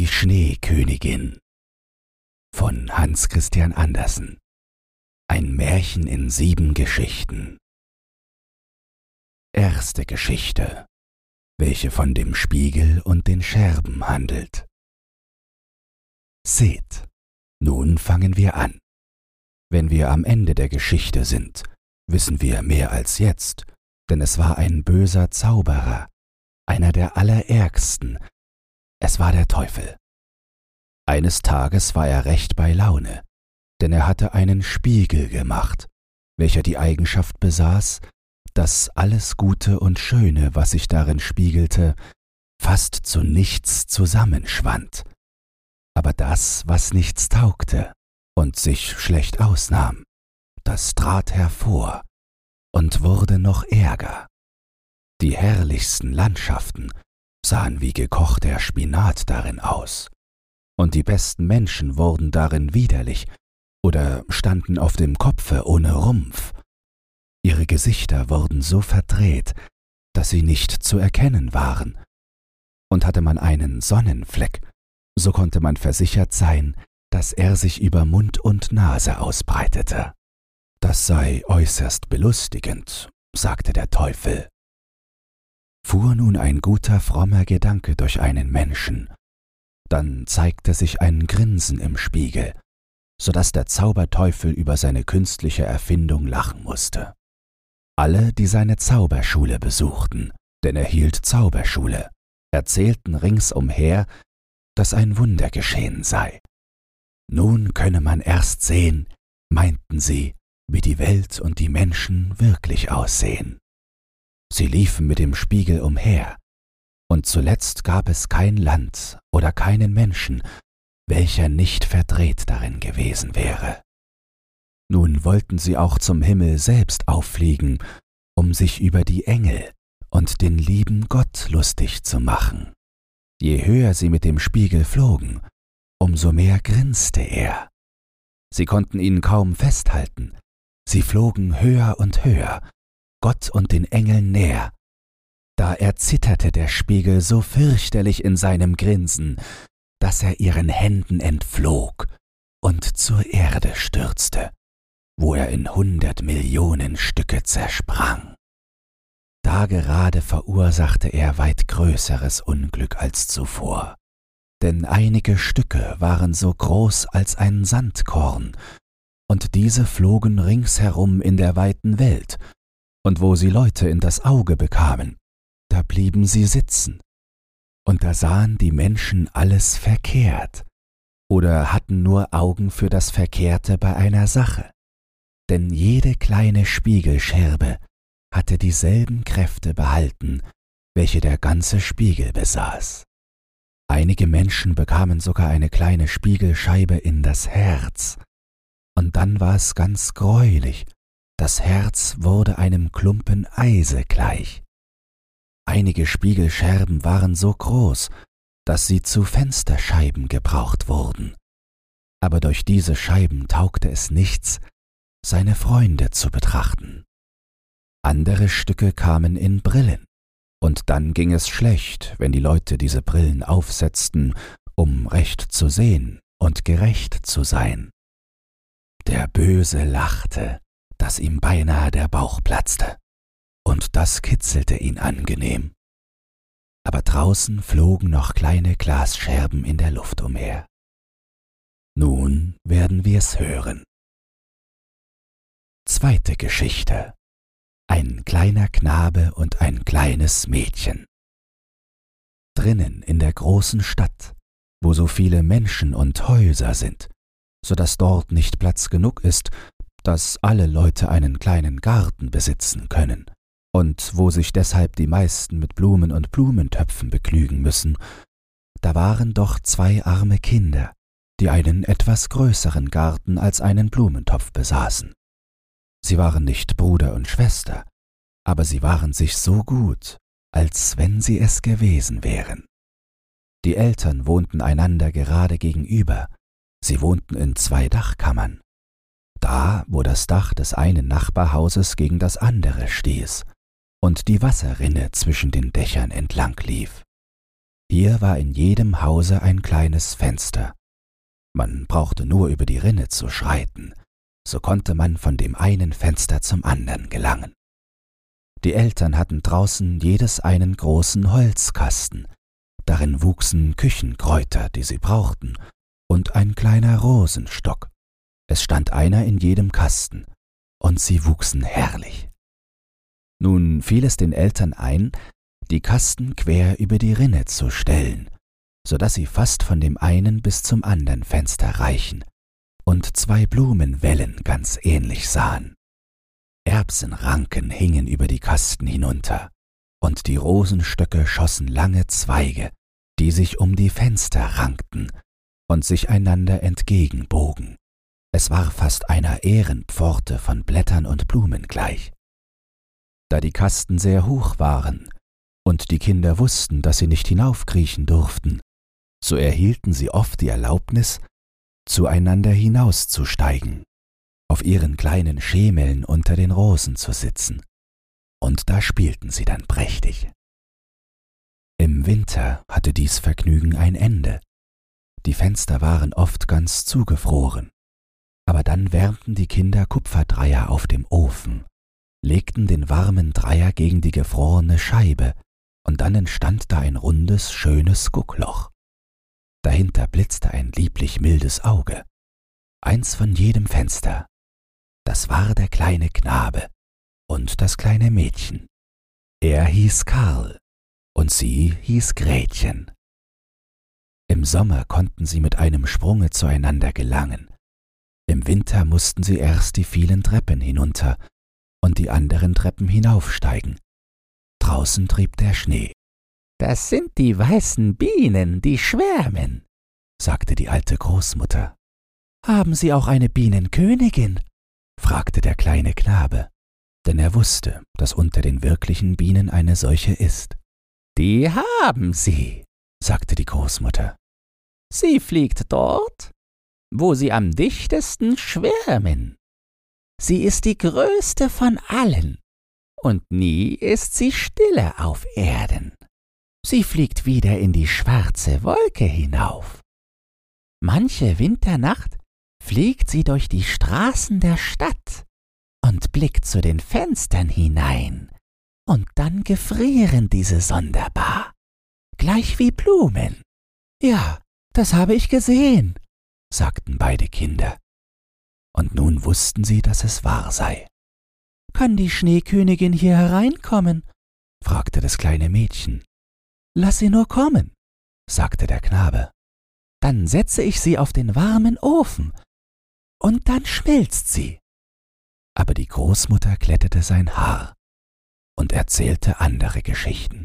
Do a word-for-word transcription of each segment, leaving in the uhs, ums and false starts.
Die Schneekönigin von Hans Christian Andersen. Ein Märchen in sieben Geschichten. Erste Geschichte, welche von dem Spiegel und den Scherben handelt. Seht, nun fangen wir an. Wenn wir am Ende der Geschichte sind, wissen wir mehr als jetzt, denn es war ein böser Zauberer, einer der allerärgsten. Es war der Teufel. Eines Tages war er recht bei Laune, denn er hatte einen Spiegel gemacht, welcher die Eigenschaft besaß, dass alles Gute und Schöne, was sich darin spiegelte, fast zu nichts zusammenschwand. Aber das, was nichts taugte und sich schlecht ausnahm, das trat hervor und wurde noch ärger. Die herrlichsten Landschaften sahen wie gekochter Spinat darin aus, und die besten Menschen wurden darin widerlich oder standen auf dem Kopfe ohne Rumpf. Ihre Gesichter wurden so verdreht, dass sie nicht zu erkennen waren, und hatte man einen Sonnenfleck, so konnte man versichert sein, dass er sich über Mund und Nase ausbreitete. Das sei äußerst belustigend, sagte der Teufel. Fuhr nun ein guter, frommer Gedanke durch einen Menschen, dann zeigte sich ein Grinsen im Spiegel, so daß der Zauberteufel über seine künstliche Erfindung lachen musste. Alle, die seine Zauberschule besuchten, denn er hielt Zauberschule, erzählten ringsumher, dass ein Wunder geschehen sei. Nun könne man erst sehen, meinten sie, wie die Welt und die Menschen wirklich aussehen. Sie liefen mit dem Spiegel umher, und zuletzt gab es kein Land oder keinen Menschen, welcher nicht verdreht darin gewesen wäre. Nun wollten sie auch zum Himmel selbst auffliegen, um sich über die Engel und den lieben Gott lustig zu machen. Je höher sie mit dem Spiegel flogen, umso mehr grinste er. Sie konnten ihn kaum festhalten, sie flogen höher und höher, Gott und den Engeln näher. Da erzitterte der Spiegel so fürchterlich in seinem Grinsen, dass er ihren Händen entflog und zur Erde stürzte, wo er in hundert Millionen Stücke zersprang. Da gerade verursachte er weit größeres Unglück als zuvor, denn einige Stücke waren so groß als ein Sandkorn, und diese flogen ringsherum in der weiten Welt, und wo sie Leute in das Auge bekamen, da blieben sie sitzen, und da sahen die Menschen alles verkehrt oder hatten nur Augen für das Verkehrte bei einer Sache, denn jede kleine Spiegelscherbe hatte dieselben Kräfte behalten, welche der ganze Spiegel besaß. Einige Menschen bekamen sogar eine kleine Spiegelscheibe in das Herz, und dann war es ganz greulich. Das Herz wurde einem Klumpen Eise gleich. Einige Spiegelscherben waren so groß, dass sie zu Fensterscheiben gebraucht wurden. Aber durch diese Scheiben taugte es nichts, seine Freunde zu betrachten. Andere Stücke kamen in Brillen, und dann ging es schlecht, wenn die Leute diese Brillen aufsetzten, um recht zu sehen und gerecht zu sein. Der Böse lachte, dass ihm beinahe der Bauch platzte, und das kitzelte ihn angenehm. Aber draußen flogen noch kleine Glasscherben in der Luft umher. Nun werden wir's hören. Zweite Geschichte. Ein kleiner Knabe und ein kleines Mädchen. Drinnen in der großen Stadt, wo so viele Menschen und Häuser sind, so dass dort nicht Platz genug ist, dass alle Leute einen kleinen Garten besitzen können, und wo sich deshalb die meisten mit Blumen und Blumentöpfen begnügen müssen, da waren doch zwei arme Kinder, die einen etwas größeren Garten als einen Blumentopf besaßen. Sie waren nicht Bruder und Schwester, aber sie waren sich so gut, als wenn sie es gewesen wären. Die Eltern wohnten einander gerade gegenüber, sie wohnten in zwei Dachkammern. Da, wo das Dach des einen Nachbarhauses gegen das andere stieß und die Wasserrinne zwischen den Dächern entlang lief. Hier war in jedem Hause ein kleines Fenster. Man brauchte nur über die Rinne zu schreiten, so konnte man von dem einen Fenster zum anderen gelangen. Die Eltern hatten draußen jedes einen großen Holzkasten. Darin wuchsen Küchenkräuter, die sie brauchten, und ein kleiner Rosenstock. Es stand einer in jedem Kasten, und sie wuchsen herrlich. Nun fiel es den Eltern ein, die Kasten quer über die Rinne zu stellen, so daß sie fast von dem einen bis zum anderen Fenster reichen und zwei Blumenwellen ganz ähnlich sahen. Erbsenranken hingen über die Kasten hinunter, und die Rosenstöcke schossen lange Zweige, die sich um die Fenster rankten und sich einander entgegenbogen. Es war fast einer Ehrenpforte von Blättern und Blumen gleich. Da die Kasten sehr hoch waren und die Kinder wussten, dass sie nicht hinaufkriechen durften, so erhielten sie oft die Erlaubnis, zueinander hinauszusteigen, auf ihren kleinen Schemeln unter den Rosen zu sitzen, und da spielten sie dann prächtig. Im Winter hatte dies Vergnügen ein Ende. Die Fenster waren oft ganz zugefroren, aber dann wärmten die Kinder Kupferdreier auf dem Ofen, legten den warmen Dreier gegen die gefrorene Scheibe, und dann entstand da ein rundes, schönes Guckloch. Dahinter blitzte ein lieblich mildes Auge, eins von jedem Fenster. Das war der kleine Knabe und das kleine Mädchen. Er hieß Karl und sie hieß Gretchen. Im Sommer konnten sie mit einem Sprunge zueinander gelangen. Im Winter mussten sie erst die vielen Treppen hinunter und die anderen Treppen hinaufsteigen. Draußen trieb der Schnee. »Das sind die weißen Bienen, die schwärmen«, sagte die alte Großmutter. »Haben Sie auch eine Bienenkönigin?« fragte der kleine Knabe, denn er wusste, dass unter den wirklichen Bienen eine solche ist. »Die haben sie«, sagte die Großmutter. »Sie fliegt dort, wo sie am dichtesten schwärmen. Sie ist die größte von allen, und nie ist sie stille auf Erden. Sie fliegt wieder in die schwarze Wolke hinauf. Manche Winternacht fliegt sie durch die Straßen der Stadt und blickt zu den Fenstern hinein, und dann gefrieren diese sonderbar, gleich wie Blumen. »Ja, das habe ich gesehen«, sagten beide Kinder. Und nun wussten sie, dass es wahr sei. »Kann die Schneekönigin hier hereinkommen?« fragte das kleine Mädchen. »Lass sie nur kommen«, sagte der Knabe. »Dann setze ich sie auf den warmen Ofen, und dann schmilzt sie.« Aber die Großmutter glättete sein Haar und erzählte andere Geschichten.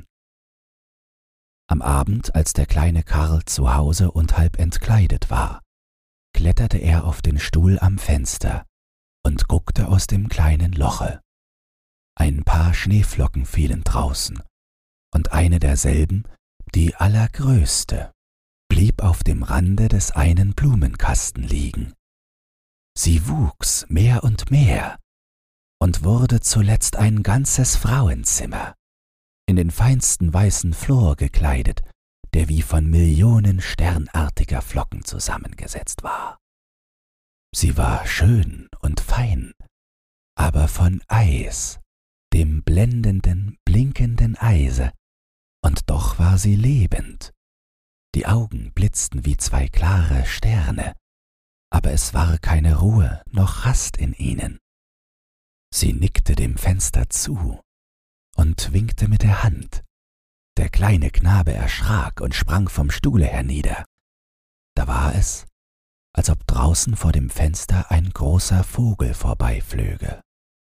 Am Abend, als der kleine Karl zu Hause und halb entkleidet war, kletterte er auf den Stuhl am Fenster und guckte aus dem kleinen Loche. Ein paar Schneeflocken fielen draußen, und eine derselben, die allergrößte, blieb auf dem Rande des einen Blumenkasten liegen. Sie wuchs mehr und mehr und wurde zuletzt ein ganzes Frauenzimmer, in den feinsten weißen Flor gekleidet, der wie von Millionen sternartiger Flocken zusammengesetzt war. Sie war schön und fein, aber von Eis, dem blendenden, blinkenden Eise, und doch war sie lebend. Die Augen blitzten wie zwei klare Sterne, aber es war keine Ruhe noch Rast in ihnen. Sie nickte dem Fenster zu und winkte mit der Hand. Der kleine Knabe erschrak und sprang vom Stuhle hernieder. Da war es, als ob draußen vor dem Fenster ein großer Vogel vorbeiflöge.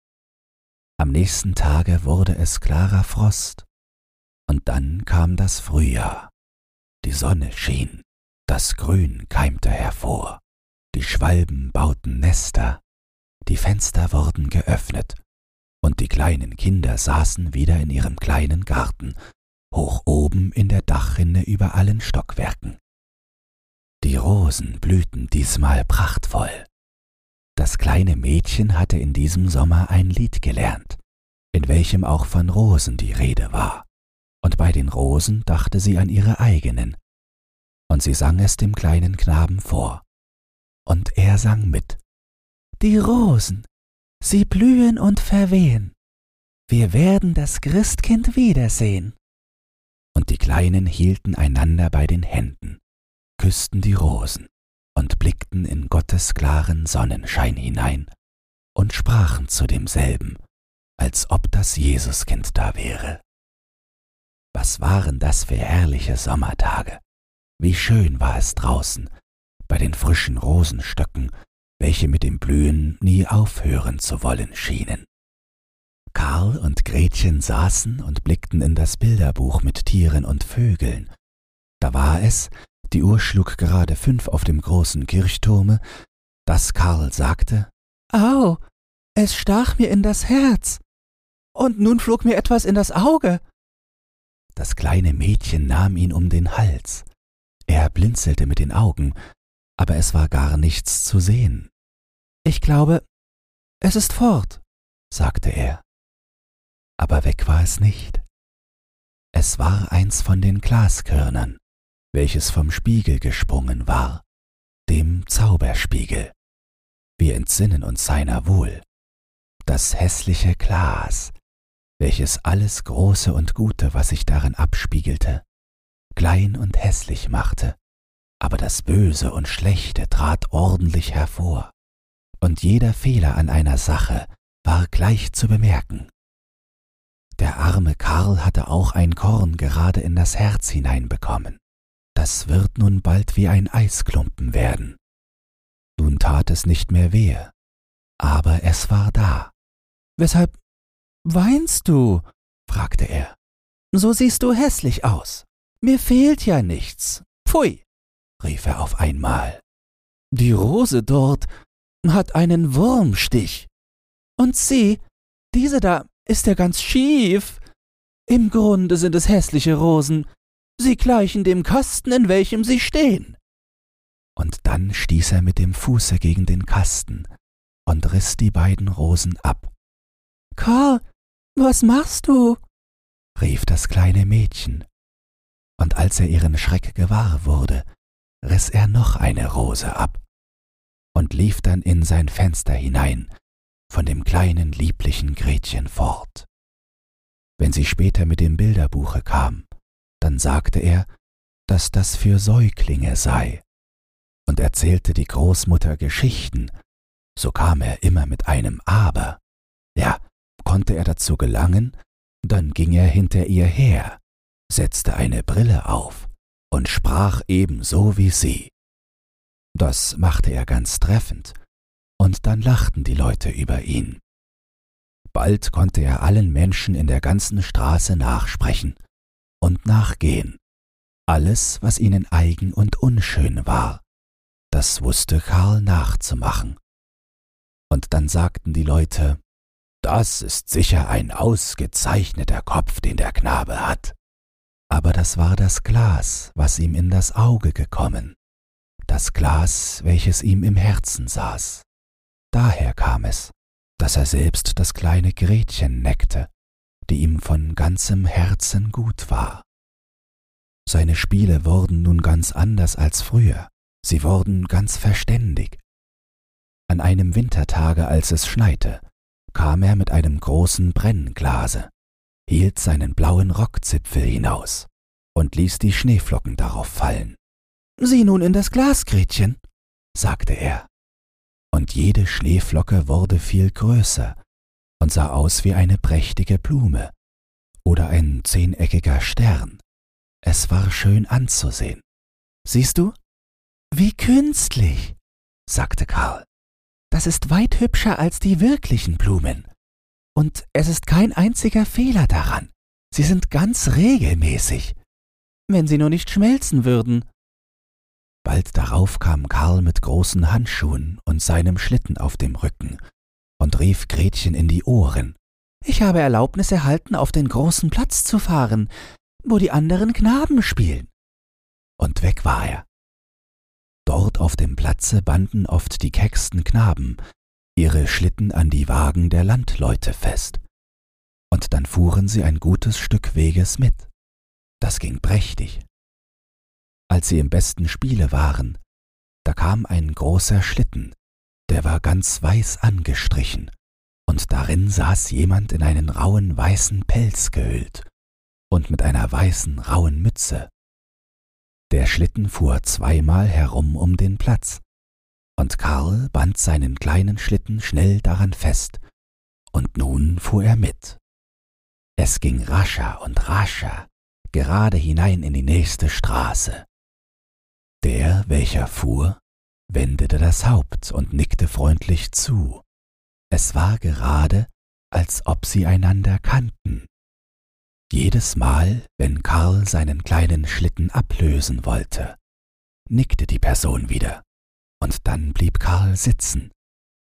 Am nächsten Tage wurde es klarer Frost, und dann kam das Frühjahr. Die Sonne schien, das Grün keimte hervor, die Schwalben bauten Nester, die Fenster wurden geöffnet, und die kleinen Kinder saßen wieder in ihrem kleinen Garten, hoch oben in der Dachrinne über allen Stockwerken. Die Rosen blühten diesmal prachtvoll. Das kleine Mädchen hatte in diesem Sommer ein Lied gelernt, in welchem auch von Rosen die Rede war. und bei den Rosen dachte sie an ihre eigenen, und sie sang es dem kleinen Knaben vor. Und er sang mit. Die Rosen, sie blühen und verwehen, wir werden das Christkind wiedersehen. Und die Kleinen hielten einander bei den Händen, küssten die Rosen und blickten in Gottes klaren Sonnenschein hinein und sprachen zu demselben, als ob das Jesuskind da wäre. Was waren das für herrliche Sommertage? Wie schön war es draußen, bei den frischen Rosenstöcken, welche mit dem Blühen nie aufhören zu wollen schienen. Karl und Gretchen saßen und blickten in das Bilderbuch mit Tieren und Vögeln. Da war es, die Uhr schlug gerade fünf auf dem großen Kirchturme, dass Karl sagte: »Au, es stach mir in das Herz, und nun flog mir etwas in das Auge.« Das kleine Mädchen nahm ihn um den Hals. Er blinzelte mit den Augen, aber es war gar nichts zu sehen. »Ich glaube, es ist fort«, sagte er. Aber weg war es nicht. Es war eins von den Glaskörnern, welches vom Spiegel gesprungen war, dem Zauberspiegel. Wir entsinnen uns seiner wohl. Das hässliche Glas, welches alles Große und Gute, was sich darin abspiegelte, klein und hässlich machte, aber das Böse und Schlechte trat ordentlich hervor, und jeder Fehler an einer Sache war gleich zu bemerken. Der arme Karl hatte auch ein Korn gerade in das Herz hineinbekommen. Das wird nun bald wie ein Eisklumpen werden. Nun tat es nicht mehr wehe, aber es war da. »Weshalb weinst du?« fragte er. »So siehst du hässlich aus. Mir fehlt ja nichts. Pfui«, rief er auf einmal. »Die Rose dort hat einen Wurmstich. Und sieh, diese da ist ja ganz schief. Im Grunde sind es hässliche Rosen. Sie gleichen dem Kasten, in welchem sie stehen.« Und dann stieß er mit dem Fuße gegen den Kasten und riss die beiden Rosen ab. »Karl, was machst du?« rief das kleine Mädchen. Und als er ihren Schreck gewahr wurde, riss er noch eine Rose ab und lief dann in sein Fenster hinein, von dem kleinen lieblichen Gretchen fort. Wenn sie später mit dem Bilderbuche kam, dann sagte er, dass das für Säuglinge sei, und erzählte die Großmutter Geschichten, so kam er immer mit einem Aber. Ja, konnte er dazu gelangen, dann ging er hinter ihr her, setzte eine Brille auf und sprach ebenso wie sie. Das machte er ganz treffend, und dann lachten die Leute über ihn. Bald konnte er allen Menschen in der ganzen Straße nachsprechen und nachgehen. Alles, was ihnen eigen und unschön war, das wusste Karl nachzumachen. Und dann sagten die Leute: »Das ist sicher ein ausgezeichneter Kopf, den der Knabe hat.« Aber das war das Glas, was ihm in das Auge gekommen, das Glas, welches ihm im Herzen saß. Daher kam es, dass er selbst das kleine Gretchen neckte, die ihm von ganzem Herzen gut war. Seine Spiele wurden nun ganz anders als früher, sie wurden ganz verständig. An einem Wintertage, als es schneite, kam er mit einem großen Brennglase, hielt seinen blauen Rockzipfel hinaus und ließ die Schneeflocken darauf fallen. »Sieh nun in das Glas, Gretchen«, sagte er. Und jede Schneeflocke wurde viel größer und sah aus wie eine prächtige Blume oder ein zehneckiger Stern. Es war schön anzusehen. »Siehst du? Wie künstlich«, sagte Karl. »Das ist weit hübscher als die wirklichen Blumen. Und es ist kein einziger Fehler daran. Sie sind ganz regelmäßig. Wenn sie nur nicht schmelzen würden.« Bald darauf kam Karl mit großen Handschuhen und seinem Schlitten auf dem Rücken und rief Gretchen in die Ohren: »Ich habe Erlaubnis erhalten, auf den großen Platz zu fahren, wo die anderen Knaben spielen.« Und weg war er. Dort auf dem Platze banden oft die kecksten Knaben ihre Schlitten an die Wagen der Landleute fest, und dann fuhren sie ein gutes Stück Weges mit. Das ging prächtig. Als sie im besten Spiele waren, da kam ein großer Schlitten, der war ganz weiß angestrichen, und darin saß jemand in einen rauen weißen Pelz gehüllt und mit einer weißen rauen Mütze. Der Schlitten fuhr zweimal herum um den Platz, und Karl band seinen kleinen Schlitten schnell daran fest, und nun fuhr er mit. Es ging rascher und rascher, gerade hinein in die nächste Straße. Der, welcher fuhr, wendete das Haupt und nickte freundlich zu. Es war gerade, als ob sie einander kannten. Jedes Mal, wenn Karl seinen kleinen Schlitten ablösen wollte, nickte die Person wieder, und dann blieb Karl sitzen.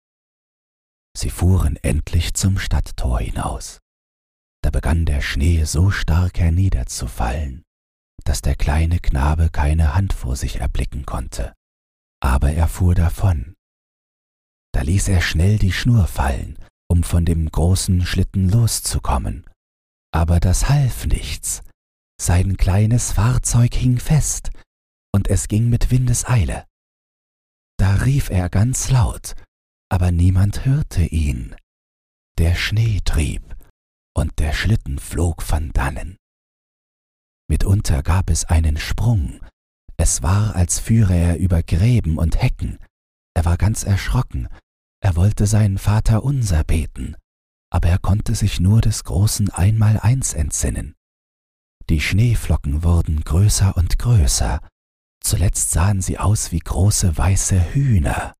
Sie fuhren endlich zum Stadttor hinaus. Da begann der Schnee so stark herniederzufallen, dass der kleine Knabe keine Hand vor sich erblicken konnte. Aber er fuhr davon. Da ließ er schnell die Schnur fallen, um von dem großen Schlitten loszukommen. Aber das half nichts. Sein kleines Fahrzeug hing fest, und es ging mit Windeseile. Da rief er ganz laut, aber niemand hörte ihn. Der Schnee trieb, und der Schlitten flog von dannen. Mitunter gab es einen Sprung. Es war, als führe er über Gräben und Hecken. Er war ganz erschrocken. Er wollte seinen Vaterunser beten, aber er konnte sich nur des großen Einmaleins entsinnen. Die Schneeflocken wurden größer und größer. Zuletzt sahen sie aus wie große weiße Hühner.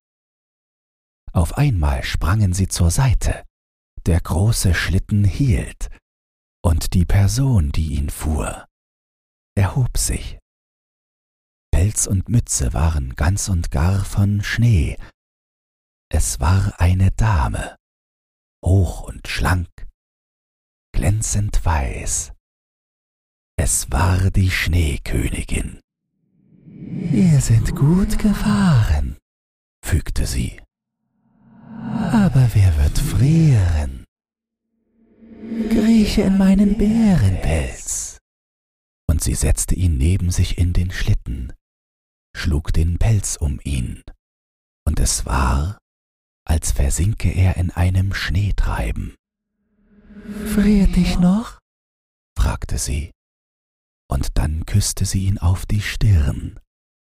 Auf einmal sprangen sie zur Seite. Der große Schlitten hielt, und die Person, die ihn fuhr, erhob sich. Pelz und Mütze waren ganz und gar von Schnee. Es war eine Dame, hoch und schlank, glänzend weiß. Es war die Schneekönigin. »Wir sind gut gefahren«, fügte sie. »Aber wer wird frieren? Krieche in meinen Bärenpelz.« Und sie setzte ihn neben sich in den Schlitten, schlug den Pelz um ihn, und es war, als versinke er in einem Schneetreiben. »Friert dich noch?« fragte sie, und dann küsste sie ihn auf die Stirn.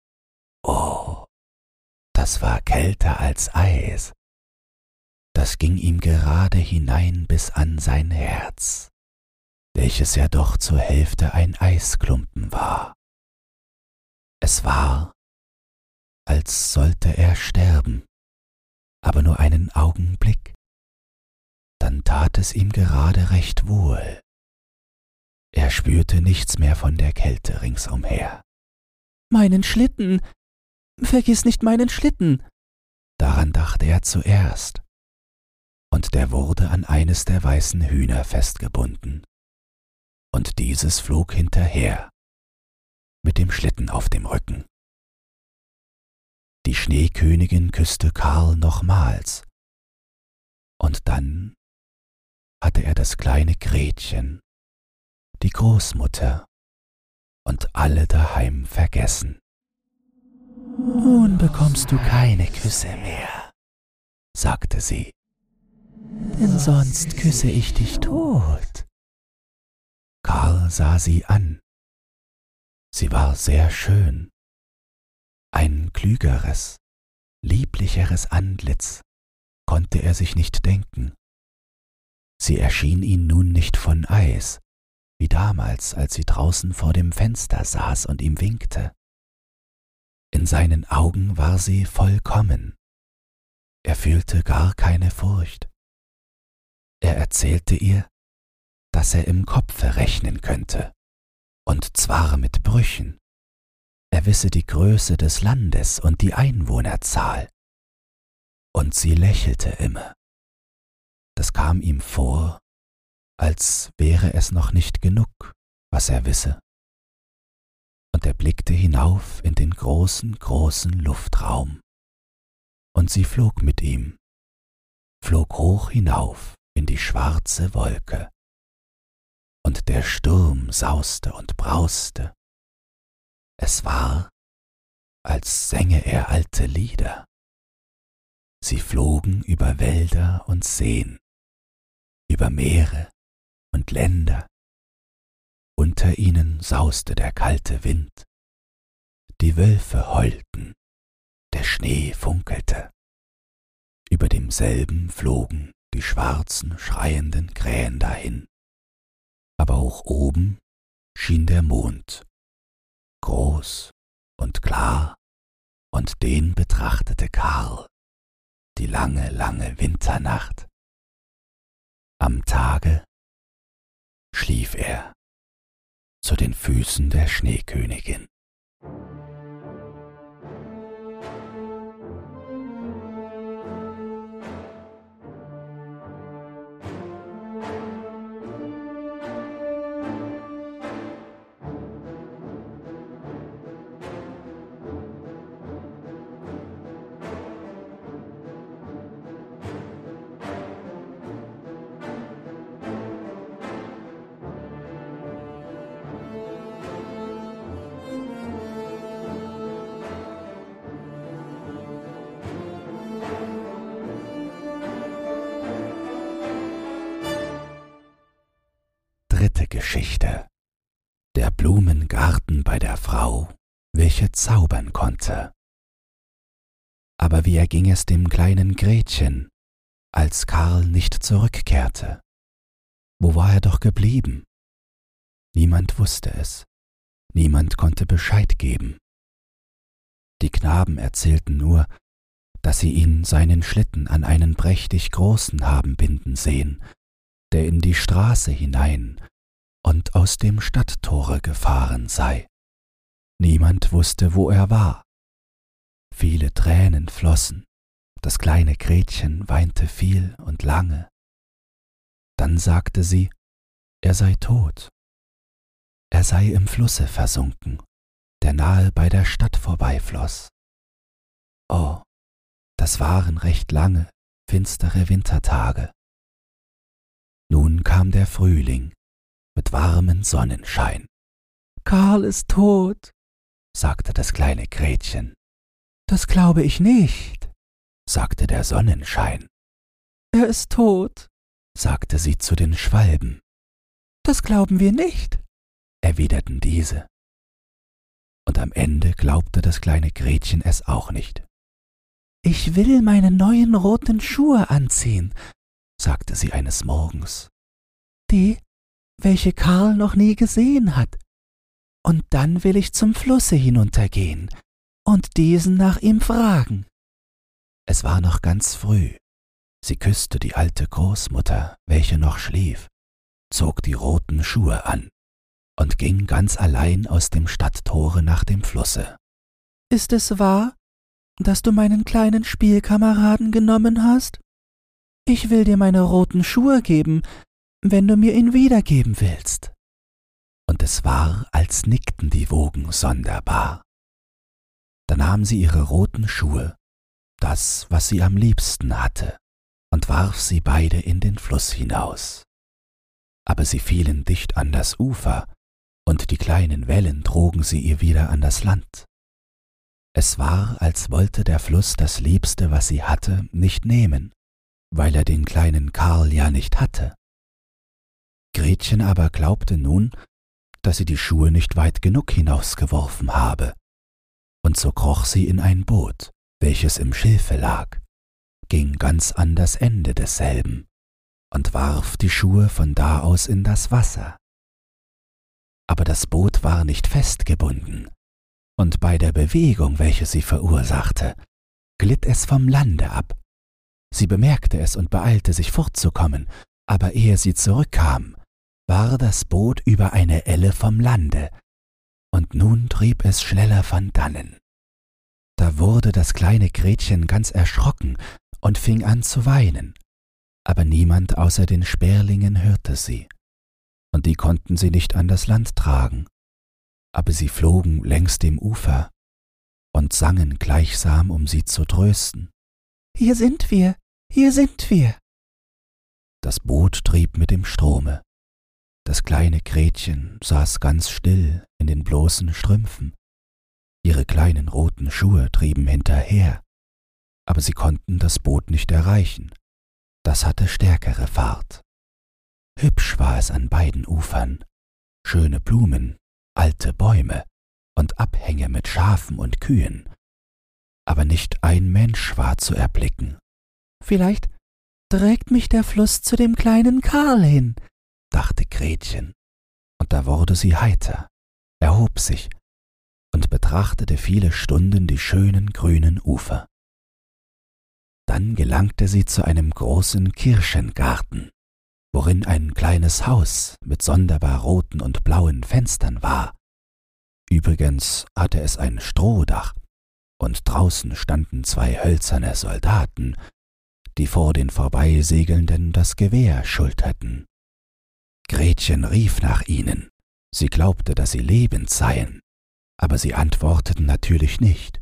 Oh, das war kälter als Eis. Das ging ihm gerade hinein bis an sein Herz, welches ja doch zur Hälfte ein Eisklumpen war. Es war, als sollte er sterben, aber nur einen Augenblick. Dann tat es ihm gerade recht wohl. Er spürte nichts mehr von der Kälte ringsumher. »Meinen Schlitten! Vergiss nicht meinen Schlitten!« Daran dachte er zuerst. Und der wurde an eines der weißen Hühner festgebunden. Und dieses flog hinterher, mit dem Schlitten auf dem Rücken. Die Schneekönigin küsste Karl nochmals. Und dann hatte er das kleine Gretchen, die Großmutter und alle daheim vergessen. »Nun bekommst du keine Küsse mehr«, sagte sie, »denn sonst küsse ich dich tot.« Karl sah sie an. Sie war sehr schön. Ein klügeres, lieblicheres Antlitz konnte er sich nicht denken. Sie erschien ihm nun nicht von Eis, wie damals, als sie draußen vor dem Fenster saß und ihm winkte. In seinen Augen war sie vollkommen. Er fühlte gar keine Furcht. Er erzählte ihr, dass er im Kopfe rechnen könnte, und zwar mit Brüchen. Er wisse die Größe des Landes und die Einwohnerzahl. Und sie lächelte immer. Das kam ihm vor, als wäre es noch nicht genug, was er wisse. Und er blickte hinauf in den großen, großen Luftraum. Und sie flog mit ihm, flog hoch hinauf in die schwarze Wolke. und der Sturm sauste und brauste. Es war, als sänge er alte Lieder. Sie flogen über Wälder und Seen, über Meere und Länder. Unter ihnen sauste der kalte Wind, die Wölfe heulten, der Schnee funkelte. Über demselben flogen die schwarzen, schreienden Krähen dahin. Aber hoch oben schien der Mond, groß und klar, und den betrachtete Karl, die lange, lange Winternacht. Am Tage schlief er zu den Füßen der Schneekönigin. Dritte Geschichte. Der Blumengarten bei der Frau, welche zaubern konnte. Aber wie erging es dem kleinen Gretchen, als Karl nicht zurückkehrte? Wo war er doch geblieben? Niemand wusste es, niemand konnte Bescheid geben. Die Knaben erzählten nur, dass sie ihn seinen Schlitten an einen prächtig großen haben binden sehen, der in die Straße hinein und aus dem Stadttore gefahren sei. Niemand wusste, wo er war. Viele Tränen flossen, das kleine Gretchen weinte viel und lange. Dann sagte sie, er sei tot. Er sei im Flusse versunken, der nahe bei der Stadt vorbeifloß. Oh, das waren recht lange, finstere Wintertage. Nun kam der Frühling mit warmem Sonnenschein. »Karl ist tot«, sagte das kleine Gretchen. »Das glaube ich nicht«, sagte der Sonnenschein. »Er ist tot«, sagte sie zu den Schwalben. »Das glauben wir nicht«, erwiderten diese. Und am Ende glaubte das kleine Gretchen es auch nicht. »Ich will meine neuen roten Schuhe anziehen«, sagte sie eines Morgens. »Die, welche Karl noch nie gesehen hat. Und dann will ich zum Flusse hinuntergehen und diesen nach ihm fragen.« Es war noch ganz früh. Sie küsste die alte Großmutter, welche noch schlief, zog die roten Schuhe an und ging ganz allein aus dem Stadttore nach dem Flusse. »Ist es wahr, dass du meinen kleinen Spielkameraden genommen hast? Ich will dir meine roten Schuhe geben, wenn du mir ihn wiedergeben willst.« Und es war, als nickten die Wogen sonderbar. Da nahm sie ihre roten Schuhe, das, was sie am liebsten hatte, und warf sie beide in den Fluss hinaus. Aber sie fielen dicht an das Ufer, und die kleinen Wellen trugen sie ihr wieder an das Land. Es war, als wollte der Fluss das Liebste, was sie hatte, nicht nehmen, weil er den kleinen Karl ja nicht hatte. Gretchen aber glaubte nun, dass sie die Schuhe nicht weit genug hinausgeworfen habe, und so kroch sie in ein Boot, welches im Schilfe lag, ging ganz an das Ende desselben und warf die Schuhe von da aus in das Wasser. Aber das Boot war nicht festgebunden, und bei der Bewegung, welche sie verursachte, glitt es vom Lande ab. Sie bemerkte es und beeilte sich fortzukommen, aber ehe sie zurückkam, war das Boot über eine Elle vom Lande, und nun trieb es schneller von dannen. Da wurde das kleine Gretchen ganz erschrocken und fing an zu weinen, aber niemand außer den Sperlingen hörte sie, und die konnten sie nicht an das Land tragen, aber sie flogen längs dem Ufer und sangen gleichsam, um sie zu trösten. »Hier sind wir, hier sind wir!« Das Boot trieb mit dem Strome, Das kleine Gretchen saß ganz still in den bloßen Strümpfen. Ihre kleinen roten Schuhe trieben hinterher, aber sie konnten das Boot nicht erreichen. Das hatte stärkere Fahrt. Hübsch war es an beiden Ufern, schöne Blumen, alte Bäume und Abhänge mit Schafen und Kühen, aber nicht ein Mensch war zu erblicken. »Vielleicht trägt mich der Fluss zu dem kleinen Karl hin«, dachte Gretchen, und da wurde sie heiter, erhob sich und betrachtete viele Stunden die schönen grünen Ufer. Dann gelangte sie zu einem großen Kirschengarten, worin ein kleines Haus mit sonderbar roten und blauen Fenstern war. Übrigens hatte es ein Strohdach, und draußen standen zwei hölzerne Soldaten, die vor den Vorbeisegelnden das Gewehr schulterten. Gretchen rief nach ihnen. Sie glaubte, dass sie lebend seien, aber sie antworteten natürlich nicht.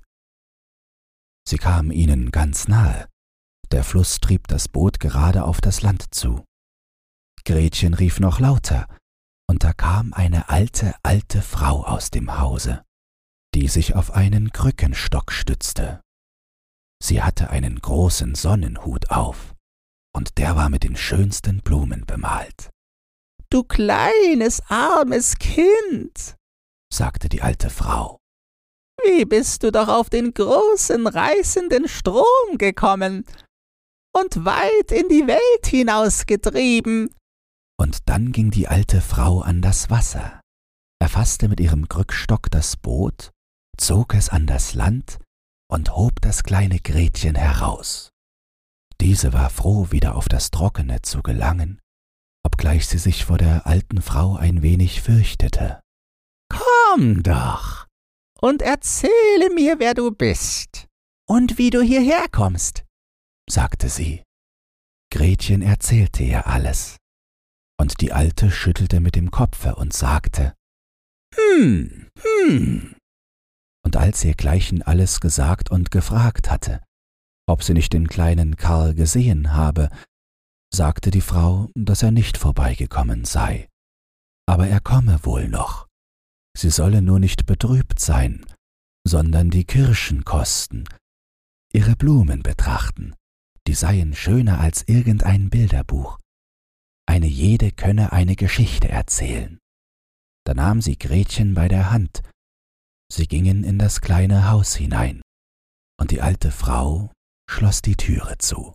Sie kamen ihnen ganz nahe. Der Fluss trieb das Boot gerade auf das Land zu. Gretchen rief noch lauter, und da kam eine alte, alte Frau aus dem Hause, die sich auf einen Krückenstock stützte. Sie hatte einen großen Sonnenhut auf, und der war mit den schönsten Blumen bemalt. »Du kleines, armes Kind«, sagte die alte Frau, »wie bist du doch auf den großen, reißenden Strom gekommen und weit in die Welt hinausgetrieben?« Und dann ging die alte Frau an das Wasser, erfasste mit ihrem Krückstock das Boot, zog es an das Land und hob das kleine Gretchen heraus. Diese war froh, wieder auf das Trockene zu gelangen, obgleich sie sich vor der alten Frau ein wenig fürchtete. »Komm doch und erzähle mir, wer du bist und wie du hierher kommst«, sagte sie. Gretchen erzählte ihr alles, und die Alte schüttelte mit dem Kopfe und sagte, »Hm, hm.« Und als ihr Gleichen alles gesagt und gefragt hatte, ob sie nicht den kleinen Karl gesehen habe, sagte die Frau, dass er nicht vorbeigekommen sei, aber er komme wohl noch. Sie solle nur nicht betrübt sein, sondern die Kirschen kosten, ihre Blumen betrachten, die seien schöner als irgendein Bilderbuch. Eine jede könne eine Geschichte erzählen. Da nahm sie Gretchen bei der Hand. Sie gingen in das kleine Haus hinein, und die alte Frau schloss die Türe zu.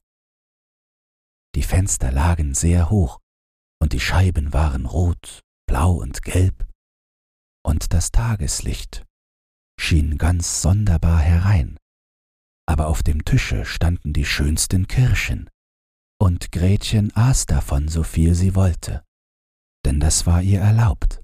Die Fenster lagen sehr hoch, und die Scheiben waren rot, blau und gelb, und das Tageslicht schien ganz sonderbar herein. Aber auf dem Tische standen die schönsten Kirschen, und Gretchen aß davon, so viel sie wollte, denn das war ihr erlaubt.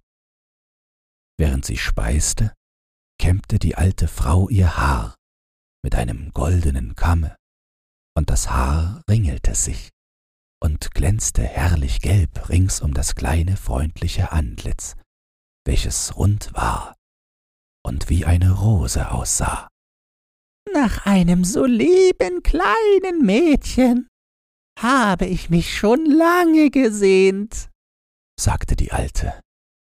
Während sie speiste, kämmte die alte Frau ihr Haar mit einem goldenen Kamme, und das Haar ringelte sich und glänzte herrlich gelb rings um das kleine freundliche Antlitz, welches rund war und wie eine Rose aussah. »Nach einem so lieben kleinen Mädchen habe ich mich schon lange gesehnt«, sagte die Alte.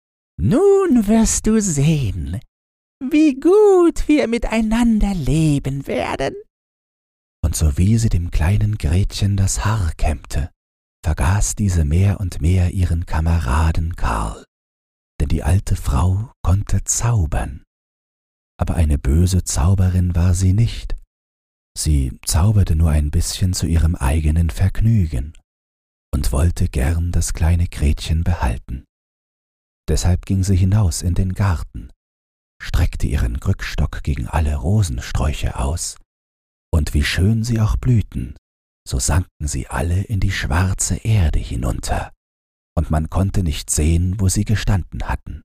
»Nun wirst du sehen, wie gut wir miteinander leben werden.« Und sowie sie dem kleinen Gretchen das Haar kämmte, vergaß diese mehr und mehr ihren Kameraden Karl, denn die alte Frau konnte zaubern. Aber eine böse Zauberin war sie nicht. Sie zauberte nur ein bisschen zu ihrem eigenen Vergnügen und wollte gern das kleine Gretchen behalten. Deshalb ging sie hinaus in den Garten, streckte ihren Krückstock gegen alle Rosensträuche aus, und wie schön sie auch blühten, so sanken sie alle in die schwarze Erde hinunter, und man konnte nicht sehen, wo sie gestanden hatten.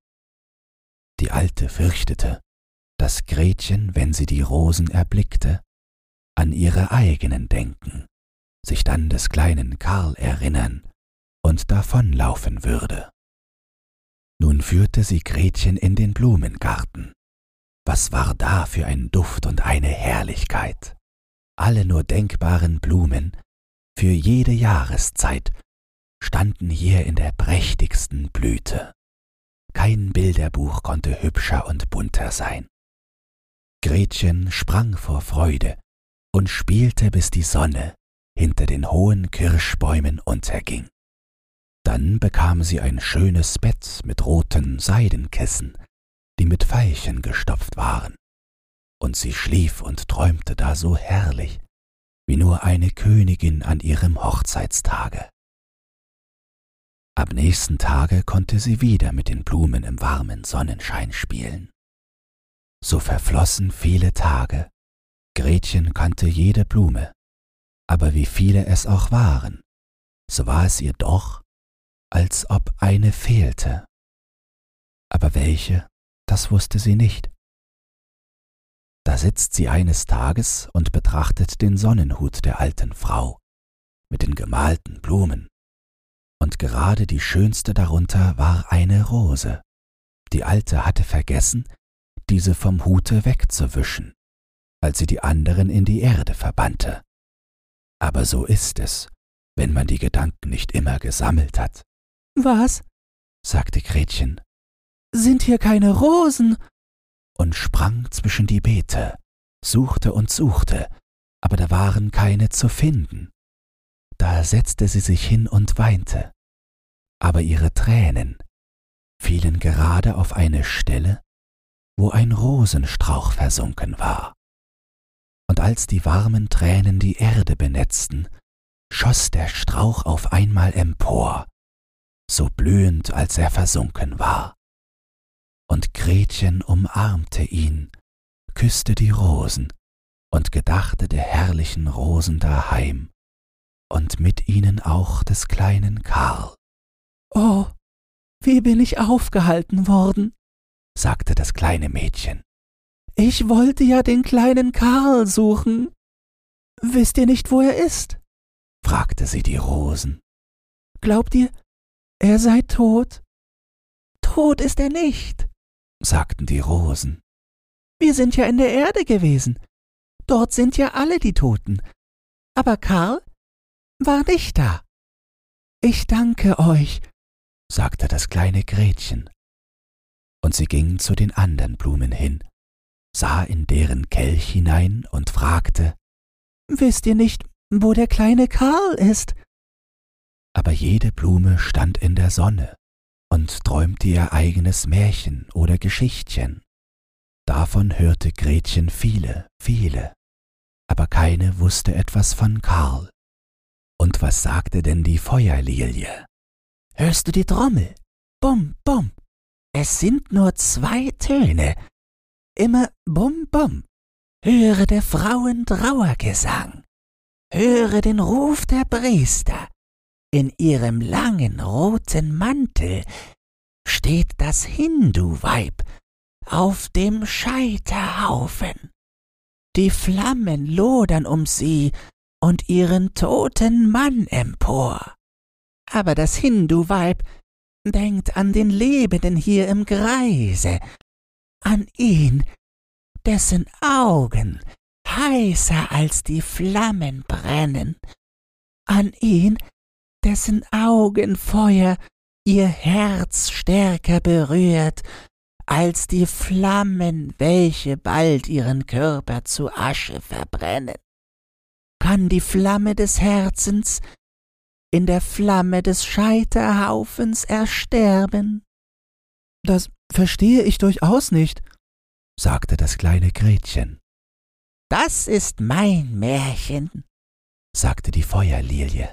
Die Alte fürchtete, dass Gretchen, wenn sie die Rosen erblickte, an ihre eigenen denken, sich dann des kleinen Karl erinnern und davonlaufen würde. Nun führte sie Gretchen in den Blumengarten. Was war da für ein Duft und eine Herrlichkeit! Alle nur denkbaren Blumen, für jede Jahreszeit, standen hier in der prächtigsten Blüte. Kein Bilderbuch konnte hübscher und bunter sein. Gretchen sprang vor Freude und spielte, bis die Sonne hinter den hohen Kirschbäumen unterging. Dann bekam sie ein schönes Bett mit roten Seidenkissen, die mit Veilchen gestopft waren, und sie schlief und träumte da so herrlich, wie nur eine Königin an ihrem Hochzeitstage. Am nächsten Tage konnte sie wieder mit den Blumen im warmen Sonnenschein spielen. So verflossen viele Tage. Gretchen kannte jede Blume, aber wie viele es auch waren, so war es ihr doch, als ob eine fehlte. Aber welche, das wusste sie nicht. Da sitzt sie eines Tages und betrachtet den Sonnenhut der alten Frau mit den gemalten Blumen, und gerade die schönste darunter war eine Rose. Die Alte hatte vergessen, diese vom Hute wegzuwischen, als sie die anderen in die Erde verbannte. Aber so ist es, wenn man die Gedanken nicht immer gesammelt hat. »Was?« sagte Gretchen. »Sind hier keine Rosen?« und sprang zwischen die Beete, suchte und suchte, aber da waren keine zu finden. Da setzte sie sich hin und weinte, aber ihre Tränen fielen gerade auf eine Stelle, wo ein Rosenstrauch versunken war. Und als die warmen Tränen die Erde benetzten, schoss der Strauch auf einmal empor, so blühend, als er versunken war. Und Gretchen umarmte ihn, küsste die Rosen und gedachte der herrlichen Rosen daheim und mit ihnen auch des kleinen Karl. »Oh, wie bin ich aufgehalten worden«, sagte das kleine Mädchen. »Ich wollte ja den kleinen Karl suchen. Wisst ihr nicht, wo er ist?« fragte sie die Rosen. »Glaubt ihr, er sei tot?« »Tot ist er nicht«, sagten die Rosen. »Wir sind ja in der Erde gewesen. Dort sind ja alle die Toten. Aber Karl war nicht da.« »Ich danke euch«, sagte das kleine Gretchen. Und sie ging zu den anderen Blumen hin, sah in deren Kelch hinein und fragte, »Wisst ihr nicht, wo der kleine Karl ist?« Aber jede Blume stand in der Sonne und träumte ihr eigenes Märchen oder Geschichtchen. Davon hörte Gretchen viele, viele, aber keine wusste etwas von Karl. Und was sagte denn die Feuerlilie? »Hörst du die Trommel? Bum, bum. Es sind nur zwei Töne. Immer bum, bum. Höre der Frauen Trauergesang. Höre den Ruf der Priester. In ihrem langen roten Mantel steht das Hindu-Weib auf dem Scheiterhaufen. Die Flammen lodern um sie und ihren toten Mann empor. Aber das Hindu-Weib denkt an den Lebenden hier im Greise, an ihn, dessen Augen heißer als die Flammen brennen, an ihn, dessen Augenfeuer ihr Herz stärker berührt als die Flammen, welche bald ihren Körper zu Asche verbrennen. Kann die Flamme des Herzens in der Flamme des Scheiterhaufens ersterben?« »Das verstehe ich durchaus nicht«, sagte das kleine Gretchen. »Das ist mein Märchen«, sagte die Feuerlilie.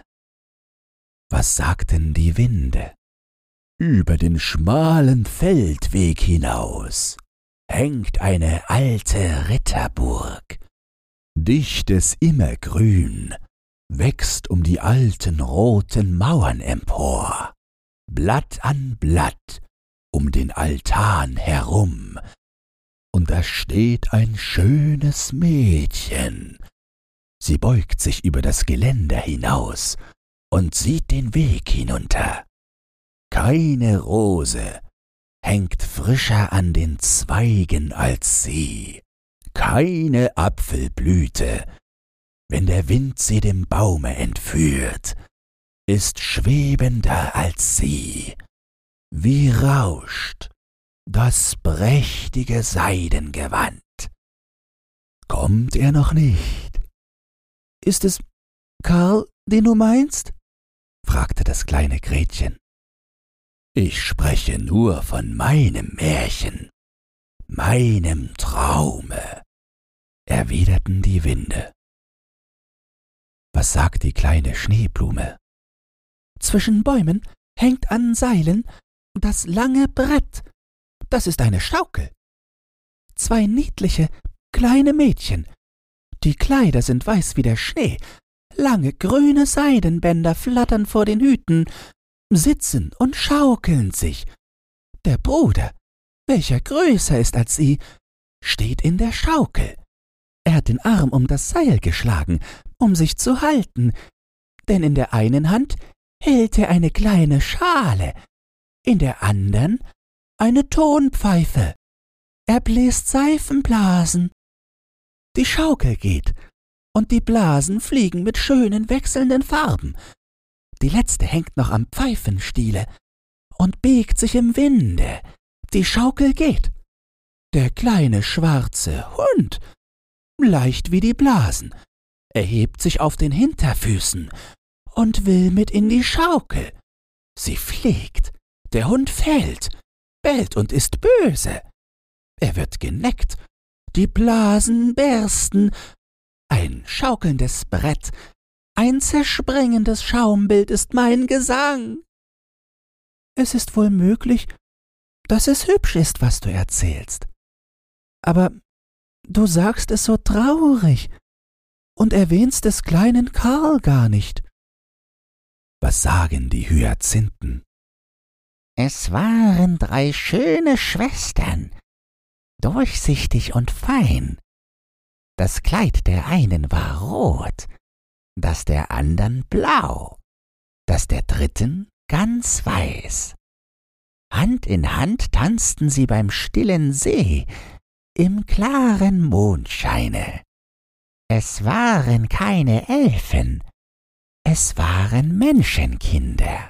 Was sagten die Winde? »Über den schmalen Feldweg hinaus hängt eine alte Ritterburg. Dichtes Immergrün wächst um die alten roten Mauern empor, Blatt an Blatt um den Altan herum. Und da steht ein schönes Mädchen. Sie beugt sich über das Geländer hinaus und sieht den Weg hinunter. Keine Rose hängt frischer an den Zweigen als sie, keine Apfelblüte, wenn der Wind sie dem Baume entführt. ist schwebender als sie. Wie rauscht das prächtige Seidengewand. Kommt er noch nicht? Ist es Karl, den du meinst?« fragte das kleine Gretchen. »Ich spreche nur von meinem Märchen, meinem Traume«, erwiderten die Winde. Was sagt die kleine Schneeblume? »Zwischen Bäumen hängt an Seilen das lange Brett. Das ist eine Schaukel. Zwei niedliche, kleine Mädchen. Die Kleider sind weiß wie der Schnee. Lange grüne Seidenbänder flattern vor den Hüten, sitzen und schaukeln sich. Der Bruder, welcher größer ist als sie, steht in der Schaukel. Er hat den Arm um das Seil geschlagen, um sich zu halten, denn in der einen Hand hält er eine kleine Schale, in der andern eine Tonpfeife. Er bläst Seifenblasen. Die Schaukel geht, und die Blasen fliegen mit schönen wechselnden Farben. Die letzte hängt noch am Pfeifenstiele und biegt sich im Winde. Die Schaukel geht. Der kleine schwarze Hund, leicht wie die Blasen, erhebt sich auf den Hinterfüßen und will mit in die Schaukel. Sie fliegt, der Hund fällt, bellt und ist böse. Er wird geneckt, die Blasen bersten, ein schaukelndes Brett, ein zerspringendes Schaumbild ist mein Gesang. Es ist wohl möglich, dass es hübsch ist, was du erzählst. Aber du sagst es so traurig und erwähnst des kleinen Karl gar nicht. Was sagen die Hyazinthen? Es waren drei schöne Schwestern, durchsichtig und fein. Das Kleid der einen war rot, das der andern blau, das der dritten ganz weiß. Hand in Hand tanzten sie beim stillen See, im klaren Mondscheine. Es waren keine Elfen, es waren Menschenkinder.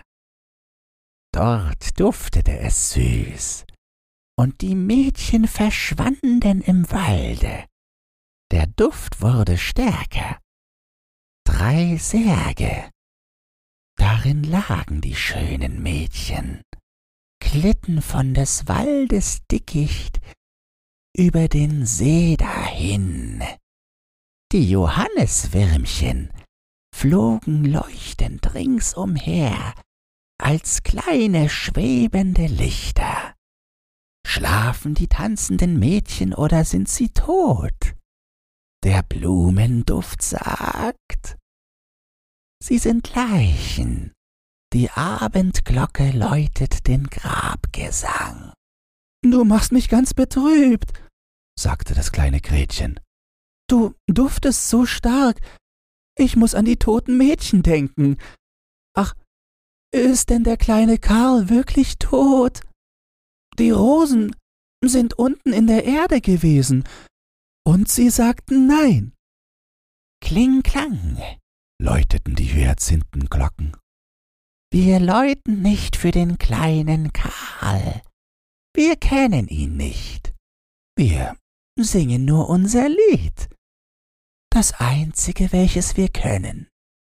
Dort duftete es süß, und die Mädchen verschwanden im Walde. Der Duft wurde stärker. Drei Särge. Darin lagen die schönen Mädchen, glitten von des Waldes Dickicht über den See dahin. Die Johanniswürmchen flogen leuchtend ringsumher als kleine schwebende Lichter. Schlafen die tanzenden Mädchen oder sind sie tot? Der Blumenduft sagt, sie sind Leichen. Die Abendglocke läutet den Grabgesang. »Du machst mich ganz betrübt«, sagte das kleine Gretchen. »Du duftest so stark. Ich muß an die toten Mädchen denken. Ach, ist denn der kleine Karl wirklich tot? Die Rosen sind unten in der Erde gewesen, und sie sagten nein.« Kling, klang, läuteten die Hyazinthenglocken. Wir läuten nicht für den kleinen Karl. Wir kennen ihn nicht. Wir singen nur unser Lied, das einzige, welches wir können.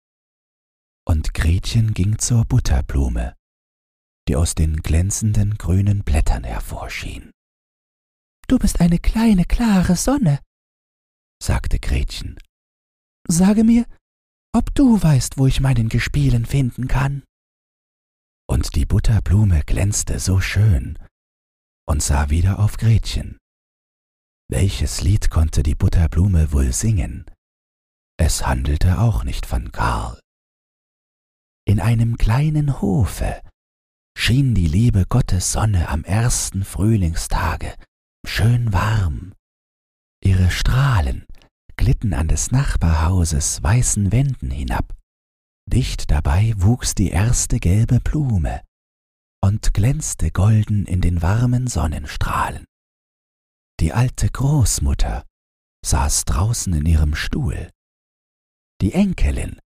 Und Gretchen ging zur Butterblume, die aus den glänzenden grünen Blättern hervorschien. »Du bist eine kleine, klare Sonne«, sagte Gretchen. »Sage mir, ob du weißt, wo ich meinen Gespielen finden kann.« Und die Butterblume glänzte so schön und sah wieder auf Gretchen. Welches Lied konnte die Butterblume wohl singen? Es handelte auch nicht von Karl. In einem kleinen Hofe schien die liebe Gottessonne am ersten Frühlingstage schön warm. Ihre Strahlen glitten an des Nachbarhauses weißen Wänden hinab. Dicht dabei wuchs die erste gelbe Blume und glänzte golden in den warmen Sonnenstrahlen. Die alte Großmutter saß draußen in ihrem Stuhl. Die Enkelin,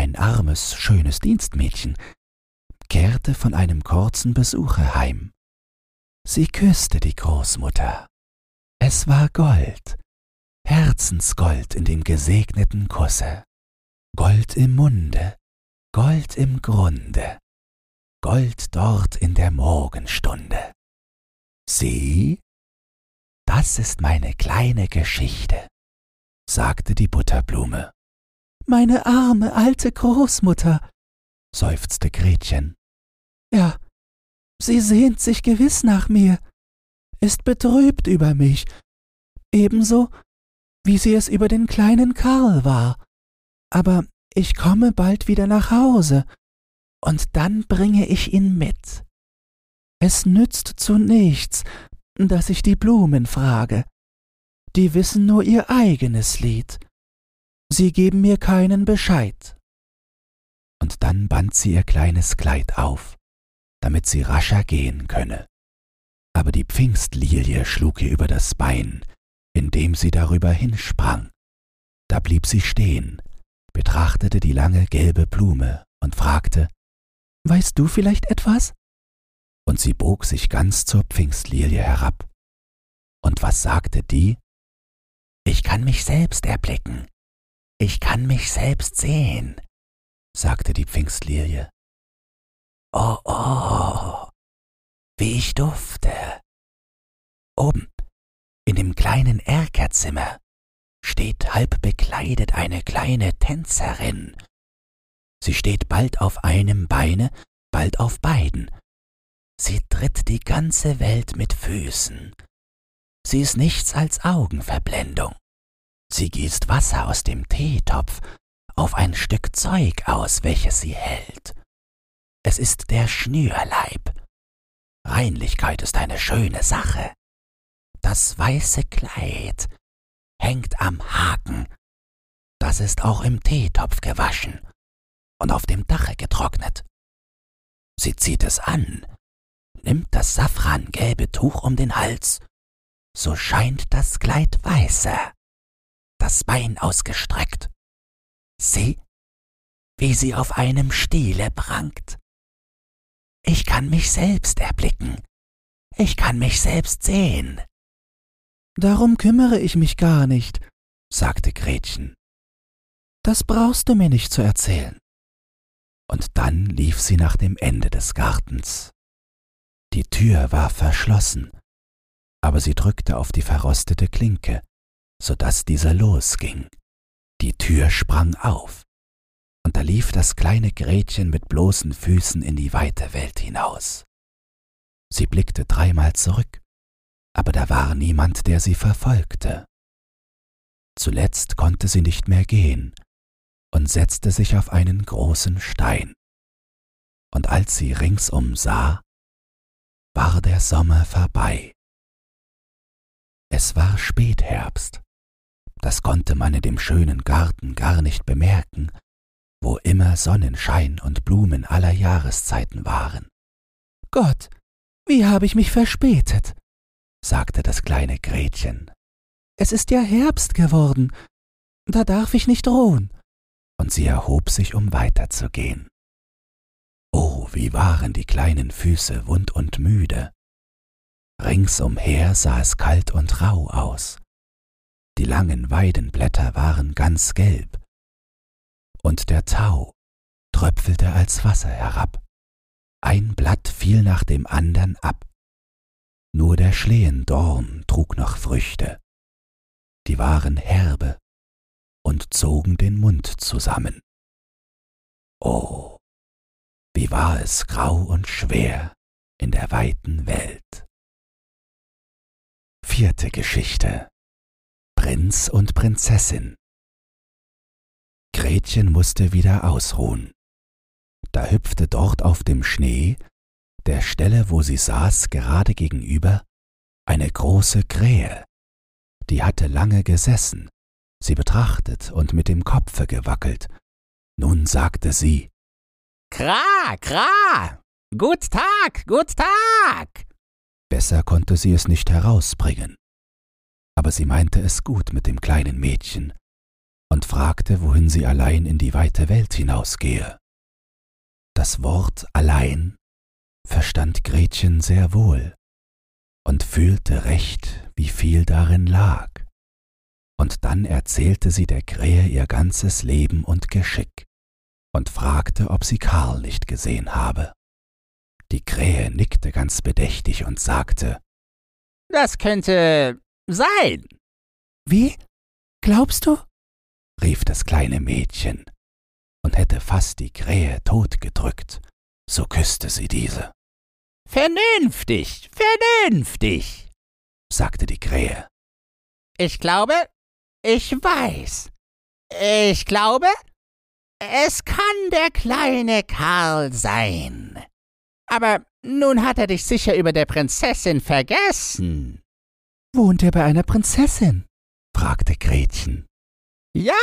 ein armes, schönes Dienstmädchen, kehrte von einem kurzen Besuche heim. Sie küsste die Großmutter. Es war Gold, Herzensgold in dem gesegneten Kusse, Gold im Munde, Gold im Grunde, Gold dort in der Morgenstunde. Sieh, das ist meine kleine Geschichte, sagte die Butterblume. »Meine arme, alte Großmutter«, seufzte Gretchen. »Ja, sie sehnt sich gewiss nach mir, ist betrübt über mich, ebenso wie sie es über den kleinen Karl war. Aber ich komme bald wieder nach Hause, und dann bringe ich ihn mit. Es nützt zu nichts, dass ich die Blumen frage. Die wissen nur ihr eigenes Lied. Sie geben mir keinen Bescheid.« Und dann band sie ihr kleines Kleid auf, damit sie rascher gehen könne. Aber die Pfingstlilie schlug ihr über das Bein, indem sie darüber hinsprang. Da blieb sie stehen, betrachtete die lange gelbe Blume und fragte: »Weißt du vielleicht etwas?« Und sie bog sich ganz zur Pfingstlilie herab. Und was sagte die? »Ich kann mich selbst erblicken. Ich kann mich selbst sehen«, sagte die Pfingstlilie. »Oh, oh, wie ich dufte. Oben, in dem kleinen Erkerzimmer, steht halb bekleidet eine kleine Tänzerin. Sie steht bald auf einem Beine, bald auf beiden. Sie tritt die ganze Welt mit Füßen. Sie ist nichts als Augenverblendung. Sie gießt Wasser aus dem Teetopf auf ein Stück Zeug aus, welches sie hält. Es ist der Schnürleib. Reinlichkeit ist eine schöne Sache. Das weiße Kleid hängt am Haken. Das ist auch im Teetopf gewaschen und auf dem Dache getrocknet. Sie zieht es an, nimmt das safrangelbe Tuch um den Hals, so scheint das Kleid weißer, das Bein ausgestreckt. Sieh, wie sie auf einem Stiele prangt. Ich kann mich selbst erblicken. Ich kann mich selbst sehen.« »Darum kümmere ich mich gar nicht«, sagte Gretchen. »Das brauchst du mir nicht zu erzählen.« Und dann lief sie nach dem Ende des Gartens. Die Tür war verschlossen, aber sie drückte auf die verrostete Klinke, so daß diese losging. Die Tür sprang auf, und da lief das kleine Gretchen mit bloßen Füßen in die weite Welt hinaus. Sie blickte dreimal zurück, aber da war niemand, der sie verfolgte. Zuletzt konnte sie nicht mehr gehen und setzte sich auf einen großen Stein. Und als sie ringsum sah, war der Sommer vorbei. Es war Spätherbst. Das konnte man in dem schönen Garten gar nicht bemerken, wo immer Sonnenschein und Blumen aller Jahreszeiten waren. »Gott, wie habe ich mich verspätet«, sagte das kleine Gretchen. »Es ist ja Herbst geworden, da darf ich nicht ruhen.« Und sie erhob sich, um weiterzugehen. Oh, wie waren die kleinen Füße wund und müde. Ringsumher sah es kalt und rau aus. Die langen Weidenblätter waren ganz gelb, und der Tau tröpfelte als Wasser herab. Ein Blatt fiel nach dem andern ab. Nur der Schlehendorn trug noch Früchte. Die waren herbe und zogen den Mund zusammen. Oh, wie war es grau und schwer in der weiten Welt. Vierte Geschichte: Prinz und Prinzessin. Gretchen musste wieder ausruhen. Da hüpfte dort auf dem Schnee, der Stelle, wo sie saß, gerade gegenüber, eine große Krähe. Die hatte lange gesessen, sie betrachtet und mit dem Kopfe gewackelt. Nun sagte sie: »Kra, kra! Gut Tag, gut Tag!« Besser konnte sie es nicht herausbringen. Aber sie meinte es gut mit dem kleinen Mädchen und fragte, wohin sie allein in die weite Welt hinausgehe. Das Wort allein verstand Gretchen sehr wohl und fühlte recht, wie viel darin lag. Und dann erzählte sie der Krähe ihr ganzes Leben und Geschick und fragte, ob sie Karl nicht gesehen habe. Die Krähe nickte ganz bedächtig und sagte: »Das könnte sein.« »Wie? Glaubst du?« rief das kleine Mädchen und hätte fast die Krähe totgedrückt, so küsste sie diese. »Vernünftig, vernünftig«, sagte die Krähe. »Ich glaube, ich weiß. Ich glaube, es kann der kleine Karl sein. Aber nun hat er dich sicher über der Prinzessin vergessen.« »Wohnt er bei einer Prinzessin?« fragte Gretchen. »Ja,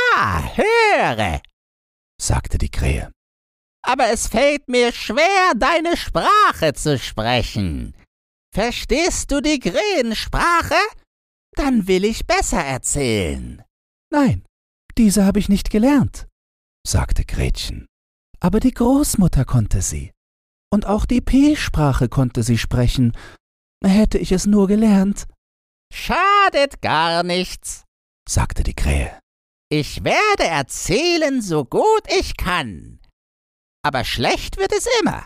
höre«, sagte die Krähe. »Aber es fällt mir schwer, deine Sprache zu sprechen. Verstehst du die Krähensprache? Dann will ich besser erzählen.« »Nein, diese habe ich nicht gelernt«, sagte Gretchen. »Aber die Großmutter konnte sie. Und auch die P-Sprache konnte sie sprechen. Hätte ich es nur gelernt.« »Schadet gar nichts«, sagte die Krähe. »Ich werde erzählen, so gut ich kann. Aber schlecht wird es immer.«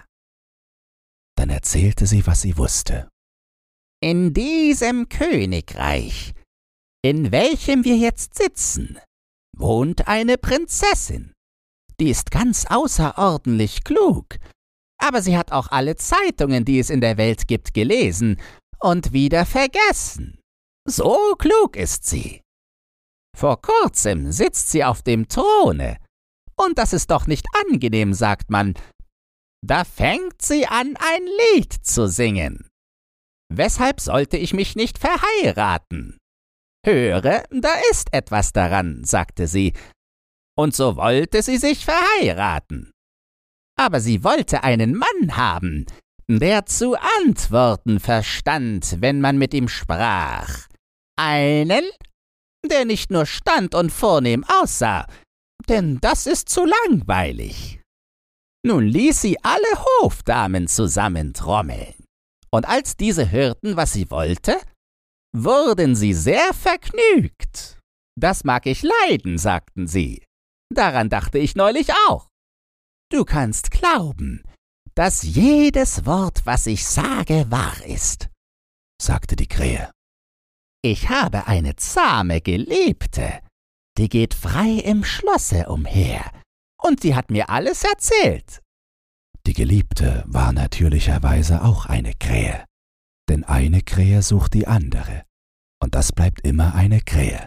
Dann erzählte sie, was sie wusste. »In diesem Königreich, in welchem wir jetzt sitzen, wohnt eine Prinzessin. Die ist ganz außerordentlich klug, aber sie hat auch alle Zeitungen, die es in der Welt gibt, gelesen und wieder vergessen. So klug ist sie. Vor kurzem sitzt sie auf dem Throne, und das ist doch nicht angenehm, sagt man. Da fängt sie an, ein Lied zu singen. Weshalb sollte ich mich nicht verheiraten? Höre, da ist etwas daran, sagte sie, und so wollte sie sich verheiraten. Aber sie wollte einen Mann haben, der zu antworten verstand, wenn man mit ihm sprach. Einen, der nicht nur stand und vornehm aussah, denn das ist zu langweilig. Nun ließ sie alle Hofdamen zusammentrommeln, und als diese hörten, was sie wollte, wurden sie sehr vergnügt. »Das mag ich leiden«, sagten sie. »Daran dachte ich neulich auch. Du kannst glauben, dass jedes Wort, was ich sage, wahr ist«, sagte die Krähe. »Ich habe eine zahme Geliebte, die geht frei im Schlosse umher, und die hat mir alles erzählt.« Die Geliebte war natürlicherweise auch eine Krähe, denn eine Krähe sucht die andere, und das bleibt immer eine Krähe.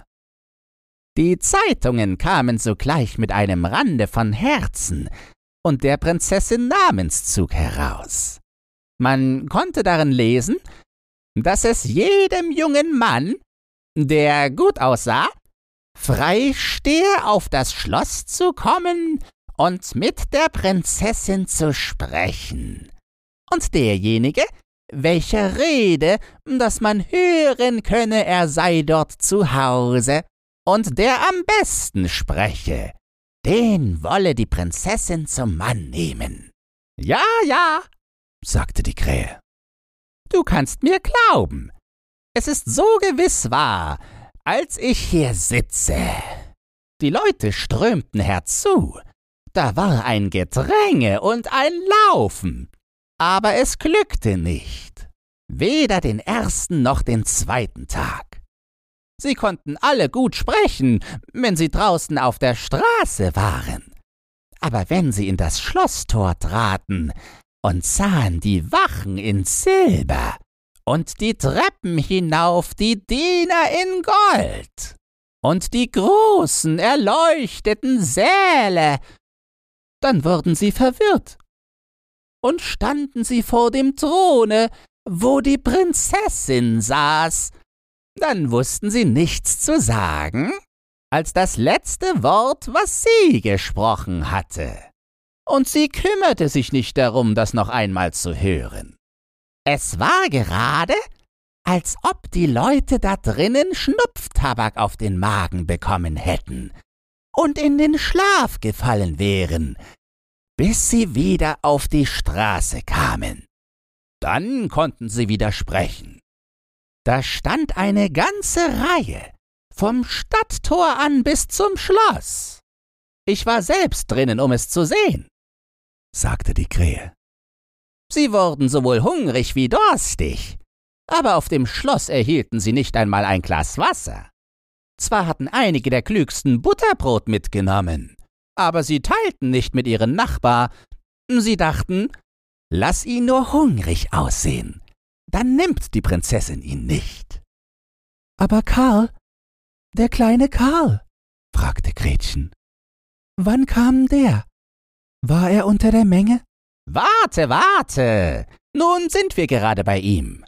Die Zeitungen kamen sogleich mit einem Rande von Herzen und der Prinzessin Namenszug heraus. Man konnte darin lesen, dass es jedem jungen Mann, der gut aussah, frei stehe, auf das Schloss zu kommen und mit der Prinzessin zu sprechen. Und derjenige, welcher rede, dass man hören könne, er sei dort zu Hause, und der am besten spreche, den wolle die Prinzessin zum Mann nehmen. »Ja, ja«, sagte die Krähe. »Du kannst mir glauben, es ist so gewiss wahr, als ich hier sitze. Die Leute strömten herzu, da war ein Gedränge und ein Laufen, aber es glückte nicht, weder den ersten noch den zweiten Tag. Sie konnten alle gut sprechen, wenn sie draußen auf der Straße waren, aber wenn sie in das Schlosstor traten und sahen die Wachen in Silber und die Treppen hinauf die Diener in Gold und die großen erleuchteten Säle, dann wurden sie verwirrt und standen sie vor dem Throne, wo die Prinzessin saß. Dann wussten sie nichts zu sagen, als das letzte Wort, was sie gesprochen hatte. Und sie kümmerte sich nicht darum, das noch einmal zu hören. Es war gerade, als ob die Leute da drinnen Schnupftabak auf den Magen bekommen hätten und in den Schlaf gefallen wären, bis sie wieder auf die Straße kamen. Dann konnten sie wieder sprechen. Da stand eine ganze Reihe, vom Stadttor an bis zum Schloss. Ich war selbst drinnen, um es zu sehen, sagte die Krähe. Sie wurden sowohl hungrig wie durstig, aber auf dem Schloss erhielten sie nicht einmal ein Glas Wasser. Zwar hatten einige der Klügsten Butterbrot mitgenommen, aber sie teilten nicht mit ihren Nachbarn. Sie dachten, lass ihn nur hungrig aussehen, dann nimmt die Prinzessin ihn nicht. »Aber Karl, der kleine Karl«, fragte Gretchen. »Wann kam der? War er unter der Menge?« »Warte, warte, nun sind wir gerade bei ihm.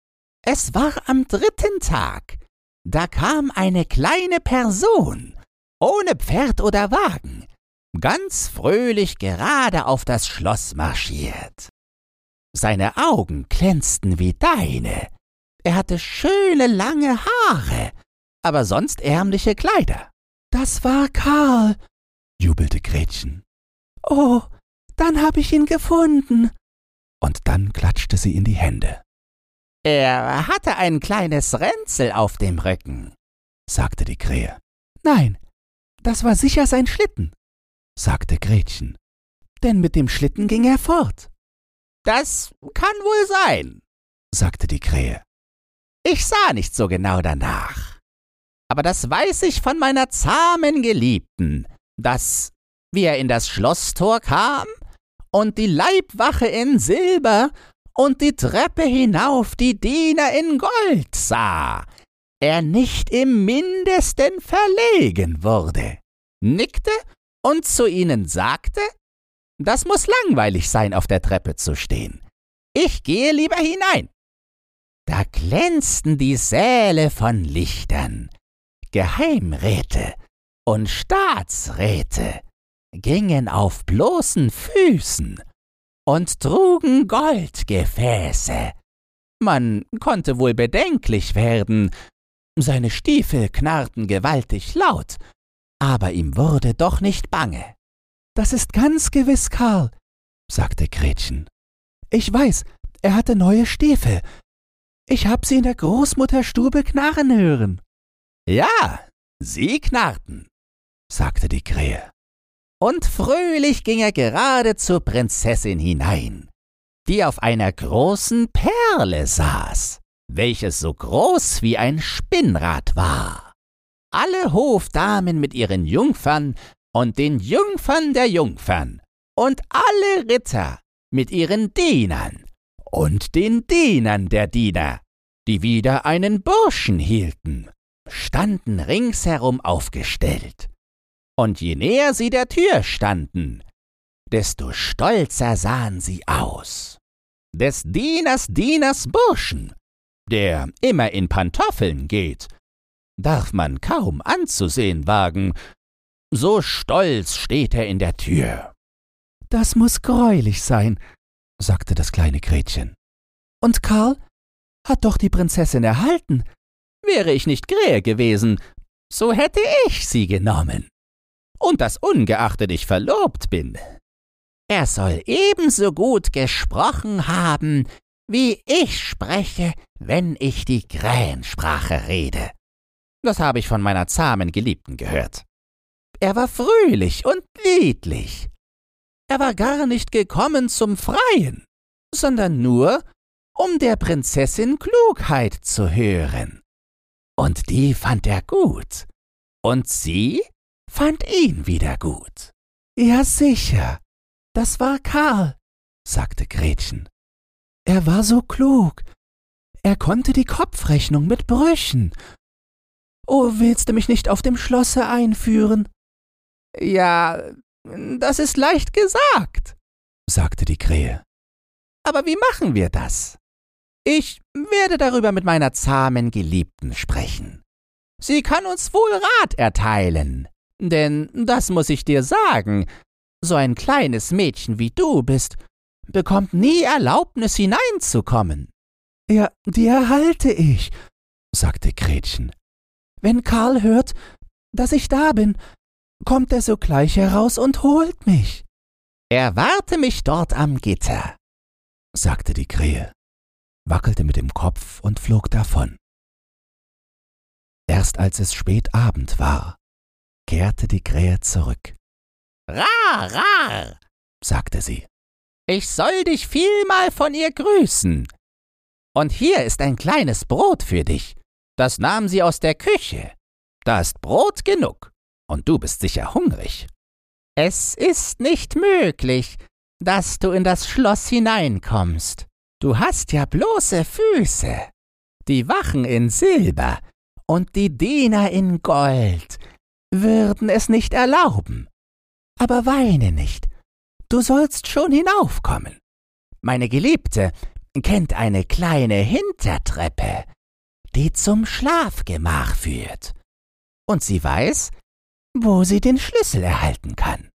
Es war am dritten Tag, da kam eine kleine Person, ohne Pferd oder Wagen, ganz fröhlich gerade auf das Schloss marschiert. Seine Augen glänzten wie deine, er hatte schöne lange Haare, aber sonst ärmliche Kleider.« »Das war Karl«, jubelte Gretchen. »Oh, dann hab ich ihn gefunden.« Und dann klatschte sie in die Hände. »Er hatte ein kleines Ränzel auf dem Rücken«, sagte die Krähe. »Nein, das war sicher sein Schlitten«, sagte Gretchen. »Denn mit dem Schlitten ging er fort.« »Das kann wohl sein«, sagte die Krähe. »Ich sah nicht so genau danach. Aber das weiß ich von meiner zahmen Geliebten, dass, wie er in das Schlosstor kam und die Leibwache in Silber und die Treppe hinauf die Diener in Gold sah, er nicht im Mindesten verlegen wurde, nickte und zu ihnen sagte, das muss langweilig sein, auf der Treppe zu stehen. Ich gehe lieber hinein. Da glänzten die Säle von Lichtern. Geheimräte und Staatsräte gingen auf bloßen Füßen und trugen Goldgefäße. Man konnte wohl bedenklich werden, seine Stiefel knarrten gewaltig laut, aber ihm wurde doch nicht bange. »Das ist ganz gewiss Karl«, sagte Gretchen. »Ich weiß, er hatte neue Stiefel. Ich hab sie in der Großmutterstube knarren hören.« »Ja, sie knarrten«, sagte die Krähe. Und fröhlich ging er gerade zur Prinzessin hinein, die auf einer großen Perle saß, welches so groß wie ein Spinnrad war. Alle Hofdamen mit ihren Jungfern und den Jungfern der Jungfern und alle Ritter mit ihren Dienern und den Dienern der Diener, die wieder einen Burschen hielten, standen ringsherum aufgestellt. Und je näher sie der Tür standen, desto stolzer sahen sie aus. Des Dieners Dieners Burschen, der immer in Pantoffeln geht, darf man kaum anzusehen wagen, so stolz steht er in der Tür. »Das muß greulich sein«, sagte das kleine Gretchen. »Und Karl hat doch die Prinzessin erhalten. Wäre ich nicht Krähe gewesen, so hätte ich sie genommen. Und das ungeachtet ich verlobt bin. Er soll ebenso gut gesprochen haben, wie ich spreche, wenn ich die Krähensprache rede. Das habe ich von meiner zahmen Geliebten gehört. Er war fröhlich und liedlich. Er war gar nicht gekommen zum Freien, sondern nur, um der Prinzessin Klugheit zu hören. Und die fand er gut. Und sie fand ihn wieder gut.« »Ja, sicher, das war Karl«, sagte Gretchen. »Er war so klug. Er konnte die Kopfrechnung mit Brüchen. Oh, willst du mich nicht auf dem Schlosse einführen?« »Ja, das ist leicht gesagt«, sagte die Krähe. »Aber wie machen wir das? Ich werde darüber mit meiner zahmen Geliebten sprechen. Sie kann uns wohl Rat erteilen, denn das muss ich dir sagen, so ein kleines Mädchen wie du bist, bekommt nie Erlaubnis hineinzukommen.« »Ja, die erhalte ich«, sagte Gretchen. »Wenn Karl hört, dass ich da bin, kommt er sogleich heraus und holt mich. Erwarte mich dort am Gitter, sagte die Krähe, wackelte mit dem Kopf und flog davon. Erst als es spät Abend war, kehrte die Krähe zurück. »Rar, rar«, sagte sie, »ich soll dich vielmal von ihr grüßen. Und hier ist ein kleines Brot für dich. Das nahm sie aus der Küche. Da ist Brot genug, und du bist sicher hungrig. Es ist nicht möglich, dass du in das Schloss hineinkommst. Du hast ja bloße Füße. Die Wachen in Silber und die Diener in Gold würden es nicht erlauben. Aber weine nicht, du sollst schon hinaufkommen. Meine Geliebte kennt eine kleine Hintertreppe, die zum Schlafgemach führt. Und sie weiß, wo sie den Schlüssel erhalten kann.«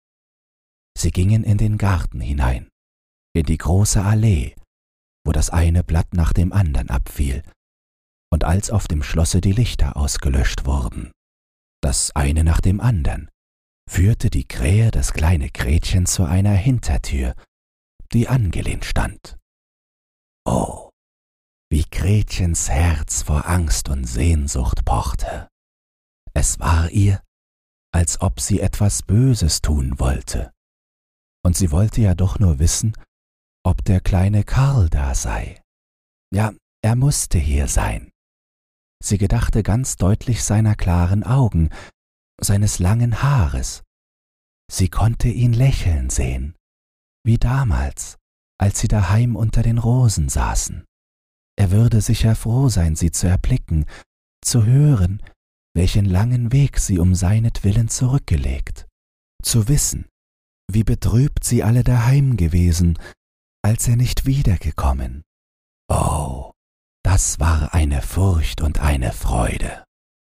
Sie gingen in den Garten hinein, in die große Allee, wo das eine Blatt nach dem andern abfiel, und als auf dem Schlosse die Lichter ausgelöscht wurden, das eine nach dem andern, führte die Krähe das kleine Gretchen zu einer Hintertür, die angelehnt stand. Oh, wie Gretchens Herz vor Angst und Sehnsucht pochte. Es war ihr, als ob sie etwas Böses tun wollte. Und sie wollte ja doch nur wissen, ob der kleine Karl da sei. Ja, er musste hier sein. Sie gedachte ganz deutlich seiner klaren Augen, seines langen Haares. Sie konnte ihn lächeln sehen, wie damals, als sie daheim unter den Rosen saßen. Er würde sicher froh sein, sie zu erblicken, zu hören, welchen langen Weg sie um seinetwillen zurückgelegt, zu wissen, wie betrübt sie alle daheim gewesen, als er nicht wiedergekommen. Oh, das war eine Furcht und eine Freude.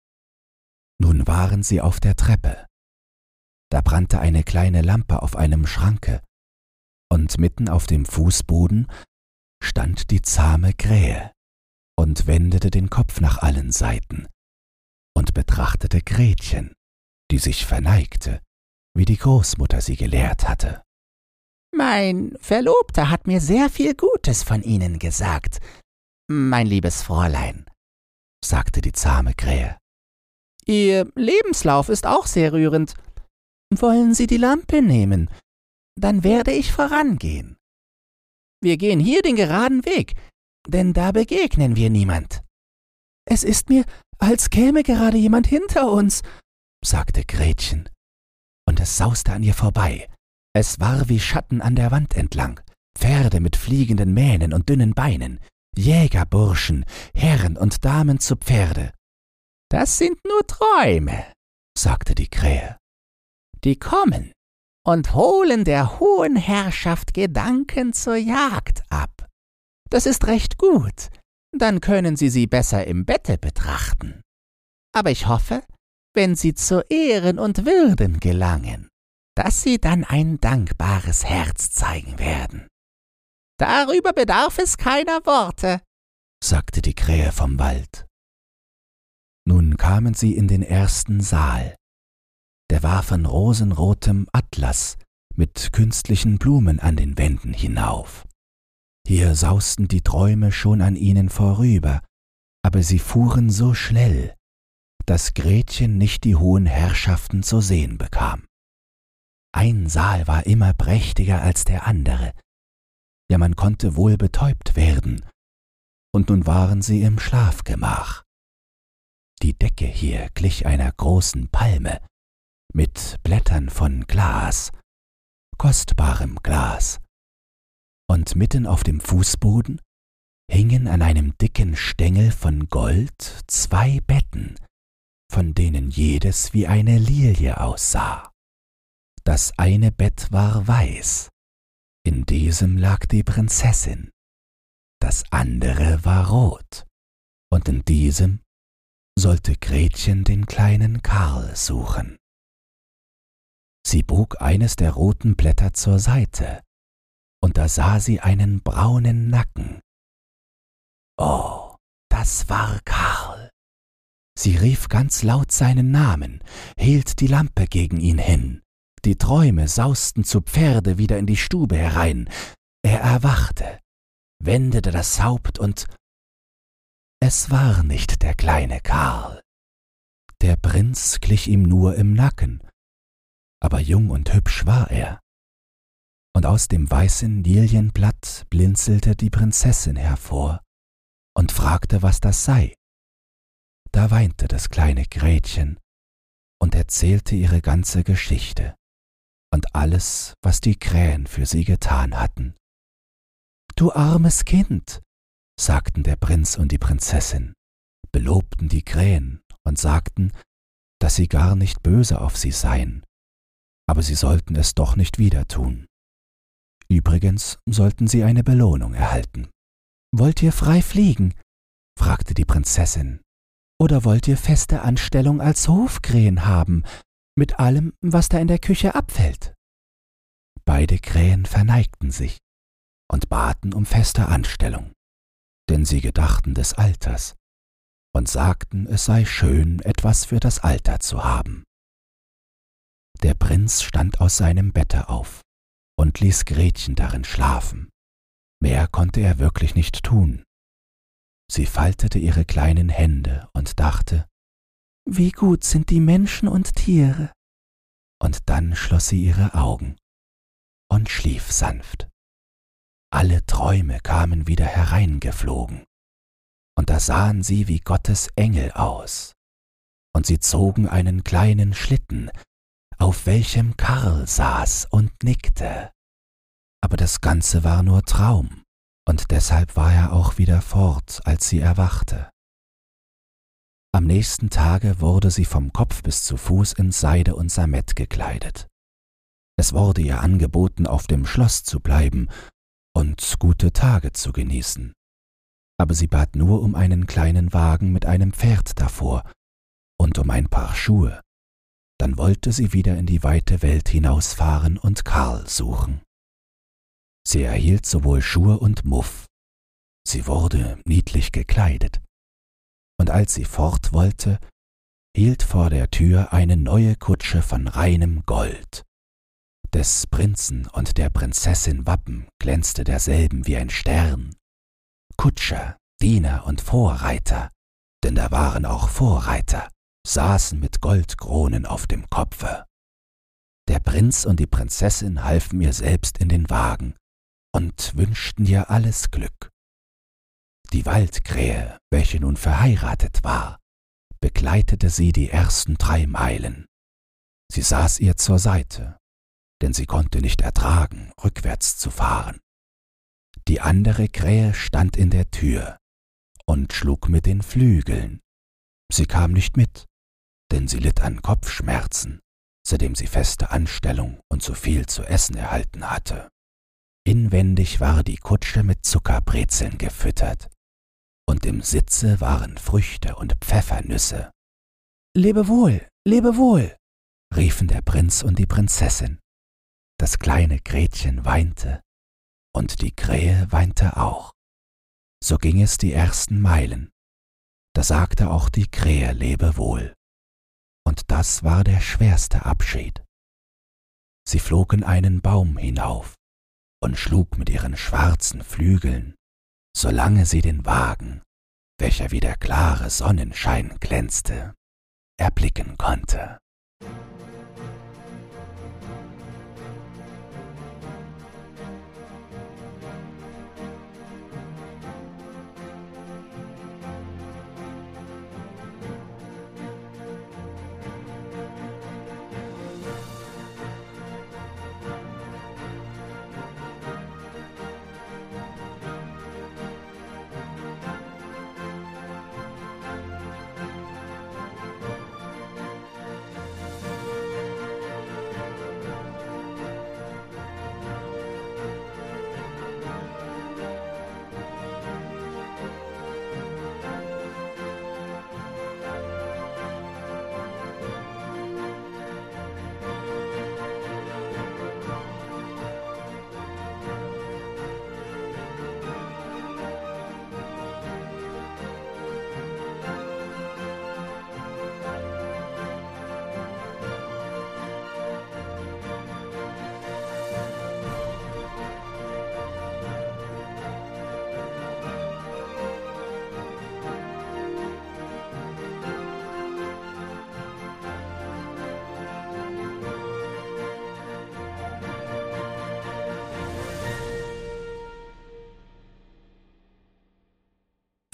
Nun waren sie auf der Treppe. Da brannte eine kleine Lampe auf einem Schranke, und mitten auf dem Fußboden stand die zahme Krähe und wendete den Kopf nach allen Seiten und betrachtete Gretchen, die sich verneigte, wie die Großmutter sie gelehrt hatte. »Mein Verlobter hat mir sehr viel Gutes von Ihnen gesagt, mein liebes Fräulein«, sagte die zahme Krähe. »Ihr Lebenslauf ist auch sehr rührend. Wollen Sie die Lampe nehmen? Dann werde ich vorangehen. Wir gehen hier den geraden Weg, denn da begegnen wir niemand.« »Es ist mir, als käme gerade jemand hinter uns«, sagte Gretchen, und es sauste an ihr vorbei. Es war wie Schatten an der Wand entlang, Pferde mit fliegenden Mähnen und dünnen Beinen, Jägerburschen, Herren und Damen zu Pferde. »Das sind nur Träume«, sagte die Krähe. »Die kommen und holen der hohen Herrschaft Gedanken zur Jagd ab. Das ist recht gut, dann können Sie sie besser im Bette betrachten. Aber ich hoffe, wenn sie zu Ehren und Würden gelangen, dass Sie dann ein dankbares Herz zeigen werden. Darüber bedarf es keiner Worte«, sagte die Krähe vom Wald. Nun kamen sie in den ersten Saal. Der war von rosenrotem Atlas mit künstlichen Blumen an den Wänden hinauf. Hier sausten die Träume schon an ihnen vorüber, aber sie fuhren so schnell, dass Gretchen nicht die hohen Herrschaften zu sehen bekam. Ein Saal war immer prächtiger als der andere. Ja, man konnte wohl betäubt werden. Und nun waren sie im Schlafgemach. Die Decke hier glich einer großen Palme, mit Blättern von Glas, kostbarem Glas. Und mitten auf dem Fußboden hingen an einem dicken Stängel von Gold zwei Betten, von denen jedes wie eine Lilie aussah. Das eine Bett war weiß, in diesem lag die Prinzessin, das andere war rot, und in diesem sollte Gretchen den kleinen Karl suchen. Sie bog eines der roten Blätter zur Seite, und da sah sie einen braunen Nacken. Oh, das war Karl. Sie rief ganz laut seinen Namen, hielt die Lampe gegen ihn hin. Die Träume sausten zu Pferde wieder in die Stube herein. Er erwachte, wendete das Haupt und es war nicht der kleine Karl. Der Prinz glich ihm nur im Nacken, aber jung und hübsch war er. Und aus dem weißen Lilienblatt blinzelte die Prinzessin hervor und fragte, was das sei. Da weinte das kleine Gretchen und erzählte ihre ganze Geschichte und alles, was die Krähen für sie getan hatten. »Du armes Kind«, sagten der Prinz und die Prinzessin, belobten die Krähen und sagten, dass sie gar nicht böse auf sie seien, aber sie sollten es doch nicht wieder tun. Übrigens sollten sie eine Belohnung erhalten. »Wollt ihr frei fliegen?« fragte die Prinzessin. »Oder wollt ihr feste Anstellung als Hofkrähen haben, mit allem, was da in der Küche abfällt?« Beide Krähen verneigten sich und baten um feste Anstellung, denn sie gedachten des Alters und sagten, es sei schön, etwas für das Alter zu haben. Der Prinz stand aus seinem Bette auf und ließ Gretchen darin schlafen. Mehr konnte er wirklich nicht tun. Sie faltete ihre kleinen Hände und dachte, »Wie gut sind die Menschen und Tiere«, und dann schloss sie ihre Augen und schlief sanft. Alle Träume kamen wieder hereingeflogen, und da sahen sie wie Gottes Engel aus, und sie zogen einen kleinen Schlitten, auf welchem Karl saß und nickte. Aber das Ganze war nur Traum, und deshalb war er auch wieder fort, als sie erwachte. Am nächsten Tage wurde sie vom Kopf bis zu Fuß in Seide und Sammet gekleidet. Es wurde ihr angeboten, auf dem Schloss zu bleiben und gute Tage zu genießen. Aber sie bat nur um einen kleinen Wagen mit einem Pferd davor und um ein paar Schuhe. Dann wollte sie wieder in die weite Welt hinausfahren und Karl suchen. Sie erhielt sowohl Schuhe und Muff. Sie wurde niedlich gekleidet. Und als sie fort wollte, hielt vor der Tür eine neue Kutsche von reinem Gold. Des Prinzen und der Prinzessin Wappen glänzte derselben wie ein Stern. Kutscher, Diener und Vorreiter, denn da waren auch Vorreiter, saßen mit Goldkronen auf dem Kopfe. Der Prinz und die Prinzessin halfen ihr selbst in den Wagen und wünschten ihr alles Glück. Die Waldkrähe, welche nun verheiratet war, begleitete sie die ersten drei Meilen. Sie saß ihr zur Seite, denn sie konnte nicht ertragen, rückwärts zu fahren. Die andere Krähe stand in der Tür und schlug mit den Flügeln. Sie kam nicht mit, denn sie litt an Kopfschmerzen, seitdem sie feste Anstellung und zu viel zu essen erhalten hatte. Inwendig war die Kutsche mit Zuckerbrezeln gefüttert, und im Sitze waren Früchte und Pfeffernüsse. »Lebe wohl, lebe wohl«, riefen der Prinz und die Prinzessin. Das kleine Gretchen weinte, und die Krähe weinte auch. So ging es die ersten Meilen. Da sagte auch die Krähe Lebewohl. Und das war der schwerste Abschied. Sie flog in einen Baum hinauf und schlug mit ihren schwarzen Flügeln, solange sie den Wagen, welcher wie der klare Sonnenschein glänzte, erblicken konnte.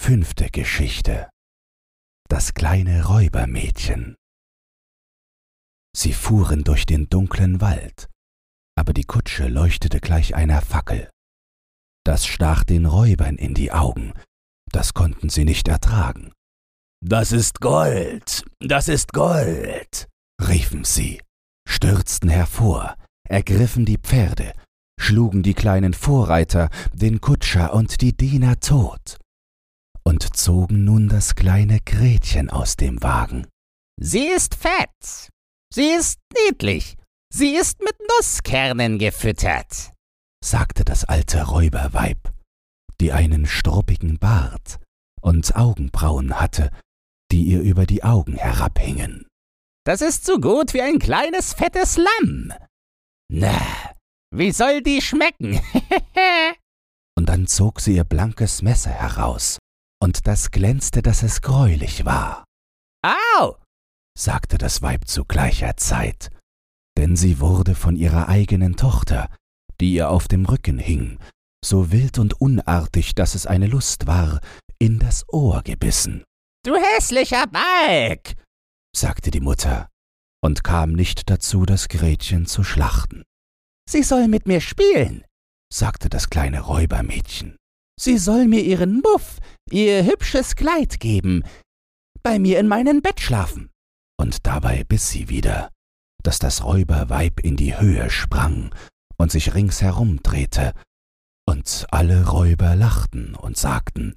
Fünfte Geschichte. Das kleine Räubermädchen. Sie fuhren durch den dunklen Wald, aber die Kutsche leuchtete gleich einer Fackel. Das stach den Räubern in die Augen, das konnten sie nicht ertragen. »Das ist Gold, das ist Gold«, riefen sie, stürzten hervor, ergriffen die Pferde, schlugen die kleinen Vorreiter, den Kutscher und die Diener tot und zogen nun das kleine Gretchen aus dem Wagen. »Sie ist fett, sie ist niedlich, sie ist mit Nusskernen gefüttert«, sagte das alte Räuberweib, die einen struppigen Bart und Augenbrauen hatte, die ihr über die Augen herabhingen. »Das ist so gut wie ein kleines, fettes Lamm. Na, wie soll die schmecken?« Und dann zog sie ihr blankes Messer heraus, und das glänzte, dass es gräulich war. »Au«, sagte das Weib zu gleicher Zeit, denn sie wurde von ihrer eigenen Tochter, die ihr auf dem Rücken hing, so wild und unartig, dass es eine Lust war, in das Ohr gebissen. »Du hässlicher Balg«, sagte die Mutter, und kam nicht dazu, das Gretchen zu schlachten. »Sie soll mit mir spielen«, sagte das kleine Räubermädchen. »Sie soll mir ihren Muff, ihr hübsches Kleid geben, bei mir in meinem Bett schlafen.« Und dabei biss sie wieder, dass das Räuberweib in die Höhe sprang und sich ringsherum drehte, und alle Räuber lachten und sagten,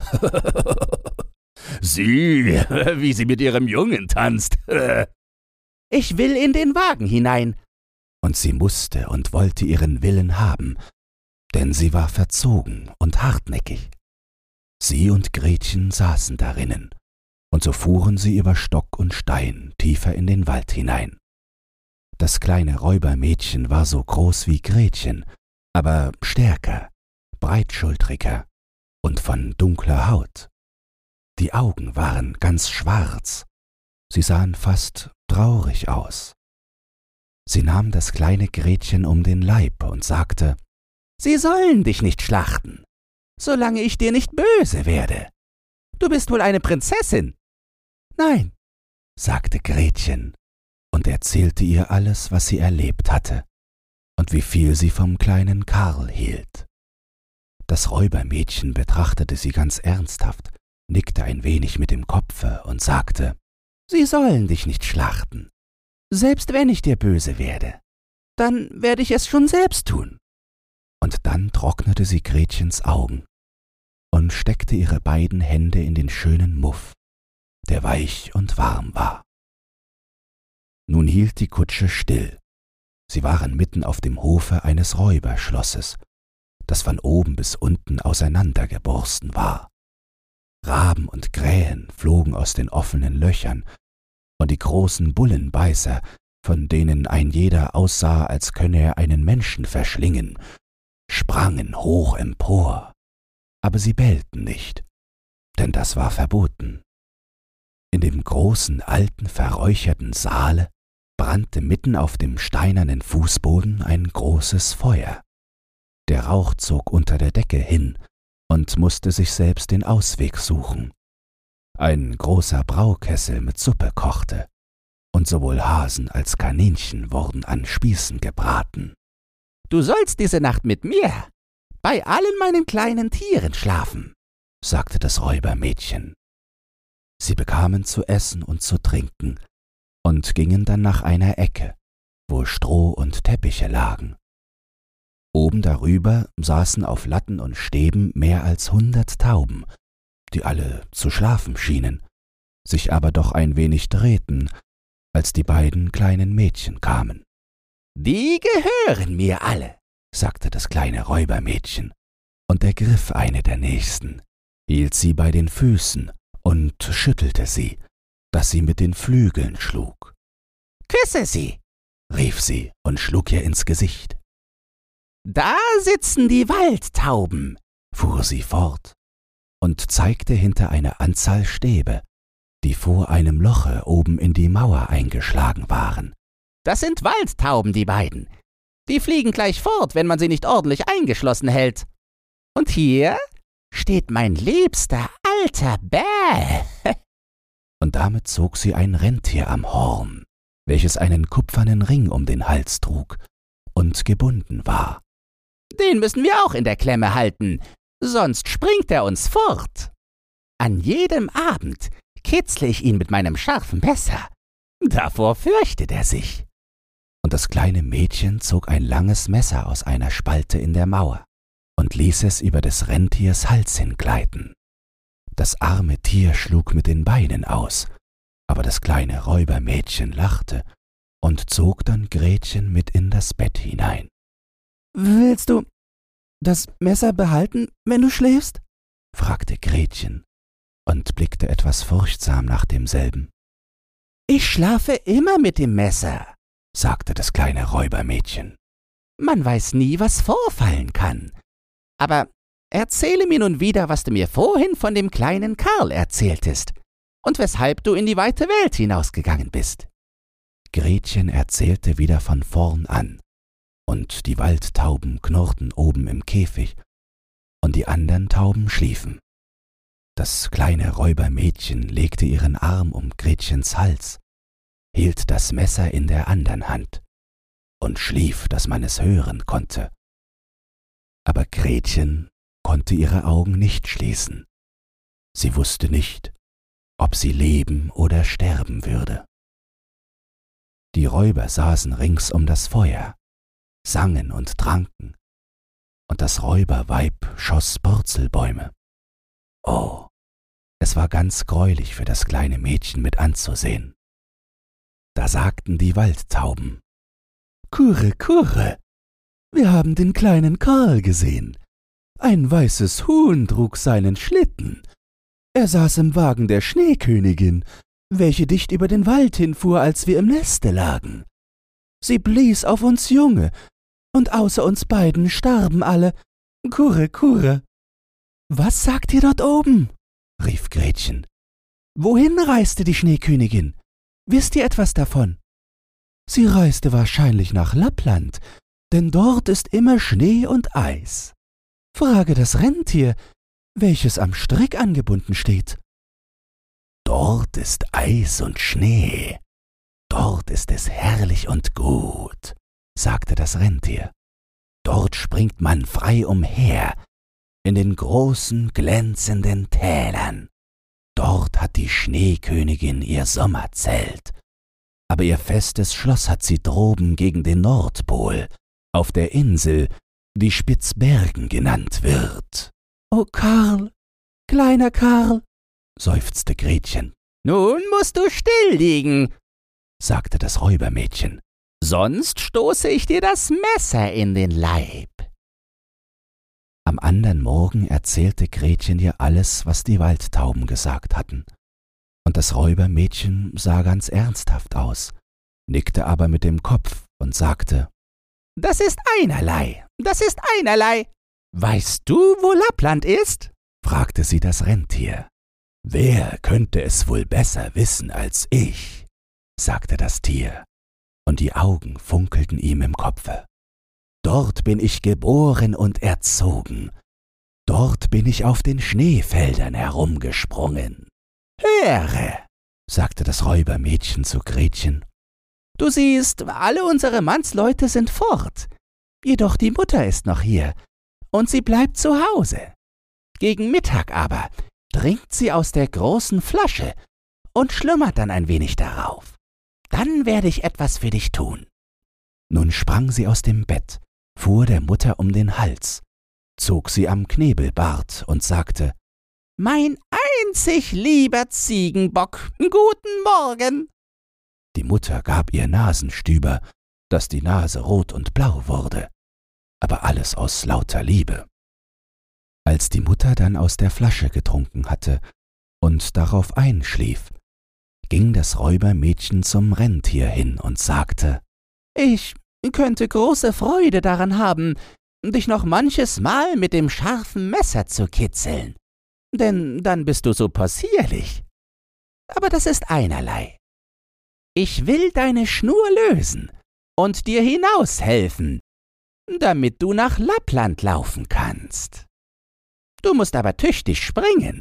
»Sieh, wie sie mit ihrem Jungen tanzt!« »Ich will in den Wagen hinein!« Und sie musste und wollte ihren Willen haben, denn sie war verzogen und hartnäckig. Sie und Gretchen saßen darinnen, und so fuhren sie über Stock und Stein tiefer in den Wald hinein. Das kleine Räubermädchen war so groß wie Gretchen, aber stärker, breitschultriger und von dunkler Haut. Die Augen waren ganz schwarz, sie sahen fast traurig aus. Sie nahm das kleine Gretchen um den Leib und sagte, »Sie sollen dich nicht schlachten, solange ich dir nicht böse werde. Du bist wohl eine Prinzessin.« »Nein«, sagte Gretchen und erzählte ihr alles, was sie erlebt hatte und wie viel sie vom kleinen Karl hielt. Das Räubermädchen betrachtete sie ganz ernsthaft, nickte ein wenig mit dem Kopfe und sagte, »Sie sollen dich nicht schlachten. Selbst wenn ich dir böse werde, dann werde ich es schon selbst tun.« Und dann trocknete sie Gretchens Augen und steckte ihre beiden Hände in den schönen Muff, der weich und warm war. Nun hielt die Kutsche still. Sie waren mitten auf dem Hofe eines Räuberschlosses, das von oben bis unten auseinandergeborsten war. Raben und Krähen flogen aus den offenen Löchern, und die großen Bullenbeißer, von denen ein jeder aussah, als könne er einen Menschen verschlingen, sprangen hoch empor, aber sie bellten nicht, denn das war verboten. In dem großen, alten, verräucherten Saale brannte mitten auf dem steinernen Fußboden ein großes Feuer. Der Rauch zog unter der Decke hin und mußte sich selbst den Ausweg suchen. Ein großer Braukessel mit Suppe kochte, und sowohl Hasen als Kaninchen wurden an Spießen gebraten. »Du sollst diese Nacht mit mir bei allen meinen kleinen Tieren schlafen«, sagte das Räubermädchen. Sie bekamen zu essen und zu trinken und gingen dann nach einer Ecke, wo Stroh und Teppiche lagen. Oben darüber saßen auf Latten und Stäben mehr als hundert Tauben, die alle zu schlafen schienen, sich aber doch ein wenig drehten, als die beiden kleinen Mädchen kamen. »Die gehören mir alle«, sagte das kleine Räubermädchen und ergriff eine der nächsten, hielt sie bei den Füßen und schüttelte sie, dass sie mit den Flügeln schlug. »Küsse sie«, rief sie und schlug ihr ins Gesicht. »Da sitzen die Waldtauben«, fuhr sie fort und zeigte hinter eine Anzahl Stäbe, die vor einem Loche oben in die Mauer eingeschlagen waren. »Das sind Waldtauben, die beiden. Die fliegen gleich fort, wenn man sie nicht ordentlich eingeschlossen hält. Und hier steht mein liebster, Alter, bäh! Und damit zog sie ein Rentier am Horn, welches einen kupfernen Ring um den Hals trug und gebunden war. Den müssen wir auch in der Klemme halten, sonst springt er uns fort. An jedem Abend kitzle ich ihn mit meinem scharfen Messer. Davor fürchtet er sich. Und das kleine Mädchen zog ein langes Messer aus einer Spalte in der Mauer und ließ es über des Rentiers Hals hingleiten. Das arme Tier schlug mit den Beinen aus, aber das kleine Räubermädchen lachte und zog dann Gretchen mit in das Bett hinein. »Willst du das Messer behalten, wenn du schläfst?« fragte Gretchen und blickte etwas furchtsam nach demselben. »Ich schlafe immer mit dem Messer«, sagte das kleine Räubermädchen. »Man weiß nie, was vorfallen kann. Aber erzähle mir nun wieder, was du mir vorhin von dem kleinen Karl erzähltest und weshalb du in die weite Welt hinausgegangen bist.« Gretchen erzählte wieder von vorn an, und die Waldtauben knurrten oben im Käfig, und die andern Tauben schliefen. Das kleine Räubermädchen legte ihren Arm um Gretchens Hals, hielt das Messer in der andern Hand und schlief, dass man es hören konnte. Aber Gretchen konnte ihre Augen nicht schließen. Sie wusste nicht, ob sie leben oder sterben würde. Die Räuber saßen rings um das Feuer, sangen und tranken, und das Räuberweib schoss Purzelbäume. Oh, es war ganz greulich für das kleine Mädchen mit anzusehen. Da sagten die Waldtauben: »Kurre, kurre, wir haben den kleinen Karl gesehen. Ein weißes Huhn trug seinen Schlitten. Er saß im Wagen der Schneekönigin, welche dicht über den Wald hinfuhr, als wir im Neste lagen. Sie blies auf uns Junge, und außer uns beiden starben alle. Kurre, kurre.« »Was sagt ihr dort oben?« rief Gretchen. »Wohin reiste die Schneekönigin? Wisst ihr etwas davon?« »Sie reiste wahrscheinlich nach Lappland, denn dort ist immer Schnee und Eis. Frage das Rentier, welches am Strick angebunden steht.« »Dort ist Eis und Schnee. Dort ist es herrlich und gut«, sagte das Rentier. »Dort springt man frei umher, in den großen, glänzenden Tälern. Dort hat die Schneekönigin ihr Sommerzelt. Aber ihr festes Schloss hat sie droben gegen den Nordpol, auf der Insel, die Spitzbergen genannt wird.« »Oh, Karl, kleiner Karl«, seufzte Gretchen. »Nun musst du still liegen«, sagte das Räubermädchen. »Sonst stoße ich dir das Messer in den Leib.« Am andern Morgen erzählte Gretchen ihr alles, was die Waldtauben gesagt hatten. Und das Räubermädchen sah ganz ernsthaft aus, nickte aber mit dem Kopf und sagte: »Das ist einerlei, das ist einerlei. Weißt du, wo Lappland ist?« fragte sie das Rentier. »Wer könnte es wohl besser wissen als ich?« sagte das Tier, und die Augen funkelten ihm im Kopfe. »Dort bin ich geboren und erzogen. Dort bin ich auf den Schneefeldern herumgesprungen.« »Höre«, sagte das Räubermädchen zu Gretchen. »Du siehst, alle unsere Mannsleute sind fort. Jedoch die Mutter ist noch hier, und sie bleibt zu Hause. Gegen Mittag aber trinkt sie aus der großen Flasche und schlummert dann ein wenig darauf. Dann werde ich etwas für dich tun.« Nun sprang sie aus dem Bett, fuhr der Mutter um den Hals, zog sie am Knebelbart und sagte: »Mein einzig lieber Ziegenbock, guten Morgen!« Die Mutter gab ihr Nasenstüber, dass die Nase rot und blau wurde, aber alles aus lauter Liebe. Als die Mutter dann aus der Flasche getrunken hatte und darauf einschlief, ging das Räubermädchen zum Rentier hin und sagte: »Ich könnte große Freude daran haben, dich noch manches Mal mit dem scharfen Messer zu kitzeln, denn dann bist du so possierlich. Aber das ist einerlei. Ich will deine Schnur lösen und dir hinaushelfen, damit du nach Lappland laufen kannst. Du musst aber tüchtig springen,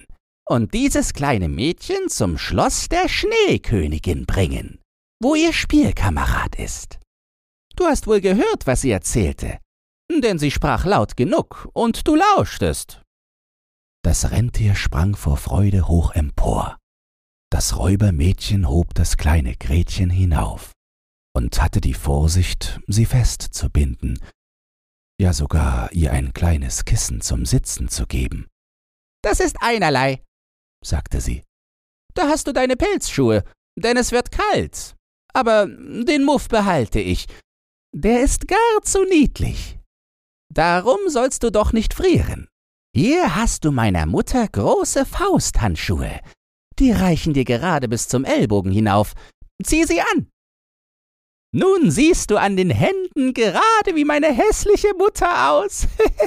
und dieses kleine Mädchen zum Schloss der Schneekönigin bringen, wo ihr Spielkamerad ist. Du hast wohl gehört, was sie erzählte, denn sie sprach laut genug und du lauschtest.« Das Rentier sprang vor Freude hoch empor. Das Räubermädchen hob das kleine Gretchen hinauf und hatte die Vorsicht, sie festzubinden, ja sogar ihr ein kleines Kissen zum Sitzen zu geben. »Das ist einerlei«, sagte sie. »Da hast du deine Pelzschuhe, denn es wird kalt. Aber den Muff behalte ich. Der ist gar zu niedlich. Darum sollst du doch nicht frieren. Hier hast du meiner Mutter große Fausthandschuhe. Die reichen dir gerade bis zum Ellbogen hinauf. Zieh sie an. Nun siehst du an den Händen gerade wie meine hässliche Mutter aus.«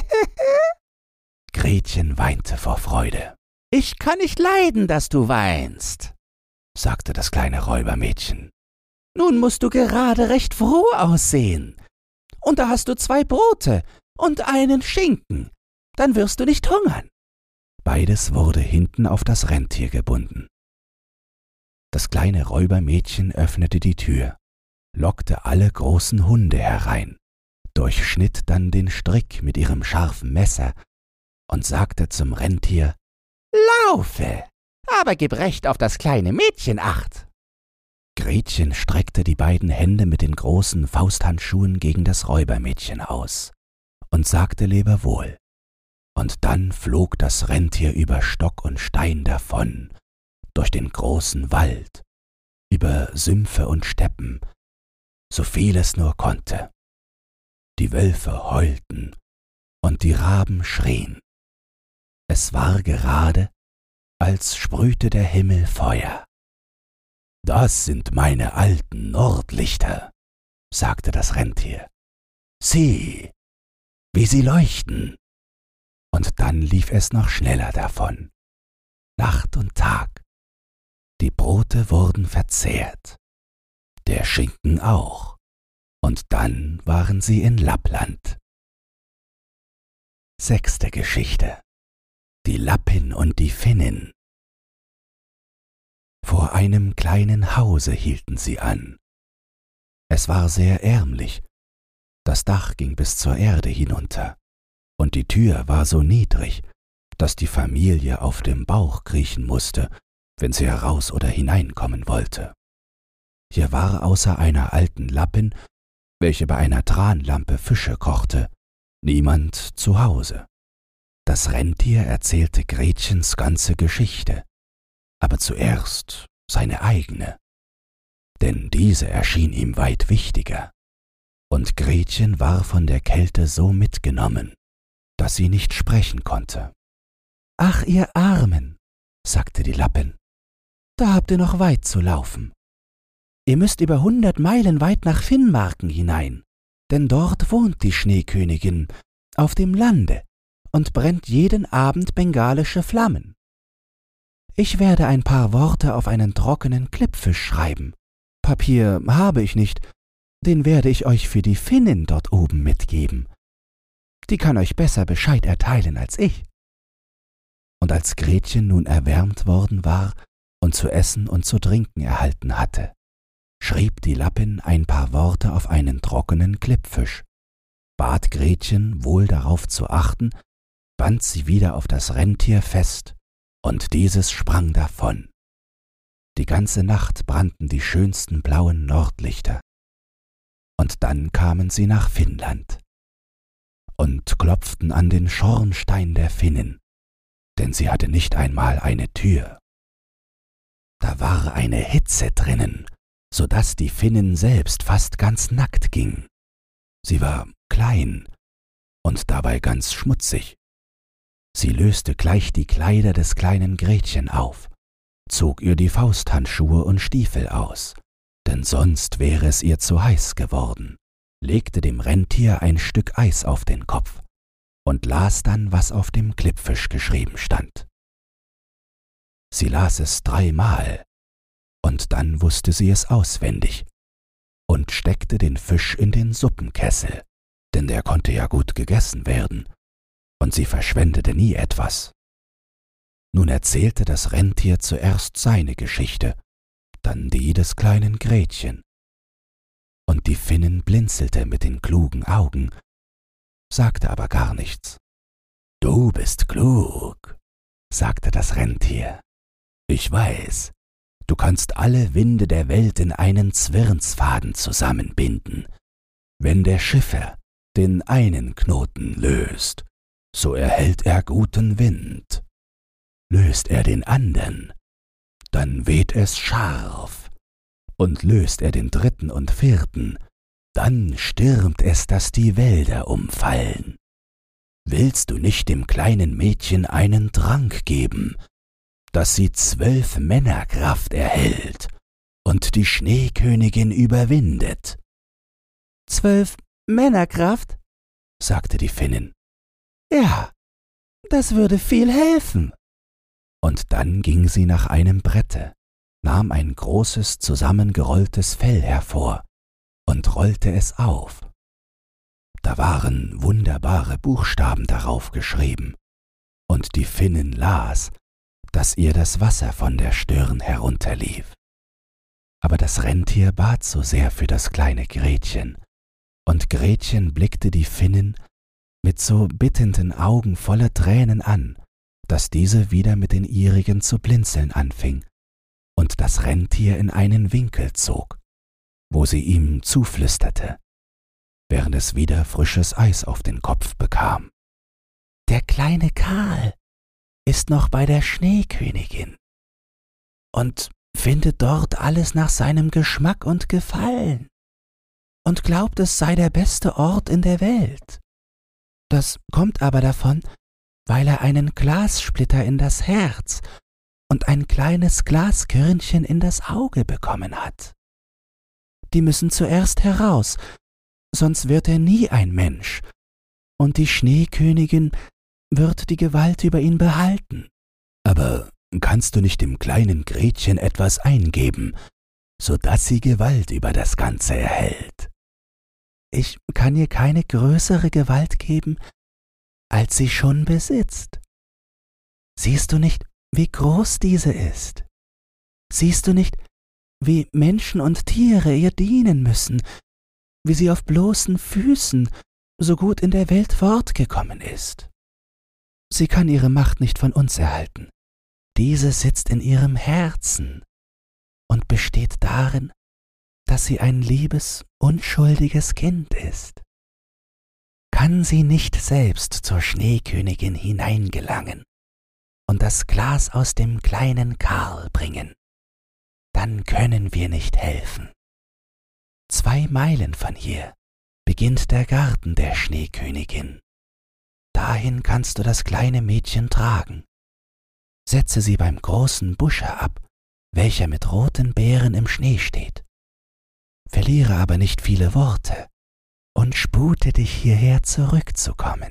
Gretchen weinte vor Freude. »Ich kann nicht leiden, dass du weinst«, sagte das kleine Räubermädchen. »Nun musst du gerade recht froh aussehen. Und da hast du zwei Brote und einen Schinken. Dann wirst du nicht hungern.« Beides wurde hinten auf das Rentier gebunden. Das kleine Räubermädchen öffnete die Tür, lockte alle großen Hunde herein, durchschnitt dann den Strick mit ihrem scharfen Messer und sagte zum Rentier: »Laufe, aber gib recht auf das kleine Mädchen acht.« Gretchen streckte die beiden Hände mit den großen Fausthandschuhen gegen das Räubermädchen aus und sagte lebewohl. Und dann flog das Rentier über Stock und Stein davon, durch den großen Wald, über Sümpfe und Steppen, so viel es nur konnte. Die Wölfe heulten und die Raben schrien. Es war gerade, als sprühte der Himmel Feuer. »Das sind meine alten Nordlichter«, sagte das Rentier. »Sieh, wie sie leuchten.« Und dann lief es noch schneller davon, Nacht und Tag. Die Brote wurden verzehrt, der Schinken auch, und dann waren sie in Lappland. Sechste Geschichte: Die Lappin und die Finnin. Vor einem kleinen Hause hielten sie an. Es war sehr ärmlich, das Dach ging bis zur Erde hinunter, und die Tür war so niedrig, dass die Familie auf dem Bauch kriechen musste, wenn sie heraus oder hineinkommen wollte. Hier war außer einer alten Lappin, welche bei einer Tranlampe Fische kochte, niemand zu Hause. Das Rentier erzählte Gretchens ganze Geschichte, aber zuerst seine eigene, denn diese erschien ihm weit wichtiger, und Gretchen war von der Kälte so mitgenommen, dass sie nicht sprechen konnte. »Ach, ihr Armen«, sagte die Lappin, »da habt ihr noch weit zu laufen. Ihr müsst über hundert Meilen weit nach Finnmarken hinein, denn dort wohnt die Schneekönigin auf dem Lande und brennt jeden Abend bengalische Flammen. Ich werde ein paar Worte auf einen trockenen Klippfisch schreiben. Papier habe ich nicht, den werde ich euch für die Finnin dort oben mitgeben. Die kann euch besser Bescheid erteilen als ich.« Und als Gretchen nun erwärmt worden war und zu essen und zu trinken erhalten hatte, schrieb die Lappin ein paar Worte auf einen trockenen Klippfisch, bat Gretchen wohl darauf zu achten, band sie wieder auf das Rentier fest, und dieses sprang davon. Die ganze Nacht brannten die schönsten blauen Nordlichter. Und dann kamen sie nach Finnland und klopften an den Schornstein der Finnen, denn sie hatte nicht einmal eine Tür. Da war eine Hitze drinnen, so daß die Finnin selbst fast ganz nackt ging. Sie war klein und dabei ganz schmutzig. Sie löste gleich die Kleider des kleinen Gretchen auf, zog ihr die Fausthandschuhe und Stiefel aus, denn sonst wäre es ihr zu heiß geworden, legte dem Rentier ein Stück Eis auf den Kopf und las dann, was auf dem Klippfisch geschrieben stand. Sie las es dreimal, und dann wusste sie es auswendig und steckte den Fisch in den Suppenkessel, denn der konnte ja gut gegessen werden, und sie verschwendete nie etwas. Nun erzählte das Rentier zuerst seine Geschichte, dann die des kleinen Gretchen. Und die Finnin blinzelte mit den klugen Augen, sagte aber gar nichts. »Du bist klug«, sagte das Rentier. »Ich weiß, du kannst alle Winde der Welt in einen Zwirnsfaden zusammenbinden. Wenn der Schiffer den einen Knoten löst, so erhält er guten Wind. Löst er den andern, dann weht es scharf. Und löst er den dritten und vierten, dann stürmt es, dass die Wälder umfallen. Willst du nicht dem kleinen Mädchen einen Trank geben, dass sie zwölf Männer Kraft erhält und die Schneekönigin überwindet?« »Zwölf Männer Kraft?« sagte die Finnin. »Ja, das würde viel helfen.« Und dann ging sie nach einem Brette, nahm ein großes, zusammengerolltes Fell hervor und rollte es auf. Da waren wunderbare Buchstaben darauf geschrieben, und die Finnin las, dass ihr das Wasser von der Stirn herunterlief. Aber das Rentier bat so sehr für das kleine Gretchen, und Gretchen blickte die Finnin mit so bittenden Augen voller Tränen an, dass diese wieder mit den ihrigen zu blinzeln anfing und das Rentier in einen Winkel zog, wo sie ihm zuflüsterte, während es wieder frisches Eis auf den Kopf bekam. »Der kleine Karl ist noch bei der Schneekönigin und findet dort alles nach seinem Geschmack und Gefallen und glaubt, es sei der beste Ort in der Welt. Das kommt aber davon, weil er einen Glassplitter in das Herz und ein kleines Glaskörnchen in das Auge bekommen hat. Die müssen zuerst heraus, sonst wird er nie ein Mensch, und die Schneekönigin wird die Gewalt über ihn behalten.« »Aber kannst du nicht dem kleinen Gretchen etwas eingeben, so dass sie Gewalt über das Ganze erhält?« »Ich kann ihr keine größere Gewalt geben, als sie schon besitzt. Siehst du nicht, wie groß diese ist? Siehst du nicht, wie Menschen und Tiere ihr dienen müssen, wie sie auf bloßen Füßen so gut in der Welt fortgekommen ist? Sie kann ihre Macht nicht von uns erhalten. Diese sitzt in ihrem Herzen und besteht darin, dass sie ein liebes, unschuldiges Kind ist. Kann sie nicht selbst zur Schneekönigin hineingelangen und das Glas aus dem kleinen Karl bringen, dann können wir nicht helfen. Zwei Meilen von hier beginnt der Garten der Schneekönigin. Dahin kannst du das kleine Mädchen tragen. Setze sie beim großen Busche ab, welcher mit roten Beeren im Schnee steht. Verliere aber nicht viele Worte und spute dich hierher zurückzukommen.«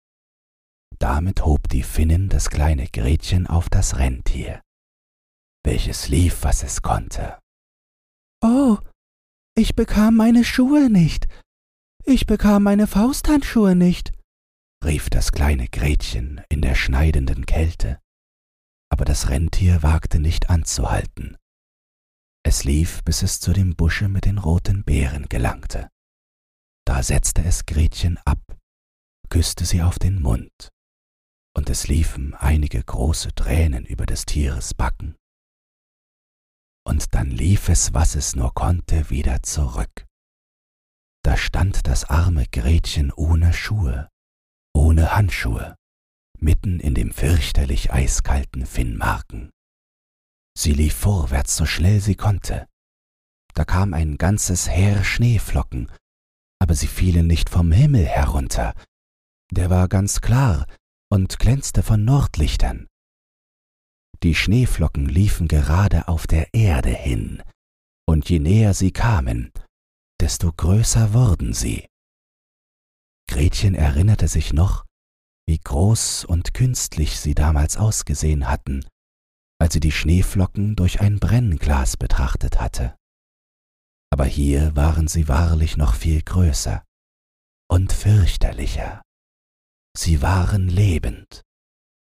Damit hob die Finnin das kleine Gretchen auf das Rentier, welches lief, was es konnte. »Oh, ich bekam meine Schuhe nicht, ich bekam meine Fausthandschuhe nicht«, rief das kleine Gretchen in der schneidenden Kälte, aber das Rentier wagte nicht anzuhalten. Es lief, bis es zu dem Busche mit den roten Beeren gelangte. Da setzte es Gretchen ab, küsste sie auf den Mund, und es liefen einige große Tränen über des Tieres Backen. Und dann lief es, was es nur konnte, wieder zurück. Da stand das arme Gretchen ohne Schuhe, ohne Handschuhe, mitten in dem fürchterlich eiskalten Finnmarken. Sie lief vorwärts, so schnell sie konnte. Da kam ein ganzes Heer Schneeflocken, aber sie fielen nicht vom Himmel herunter. Der war ganz klar und glänzte von Nordlichtern. Die Schneeflocken liefen gerade auf der Erde hin, und je näher sie kamen, desto größer wurden sie. Gretchen erinnerte sich noch, wie groß und künstlich sie damals ausgesehen hatten, als sie die Schneeflocken durch ein Brennglas betrachtet hatte. Aber hier waren sie wahrlich noch viel größer und fürchterlicher. Sie waren lebend,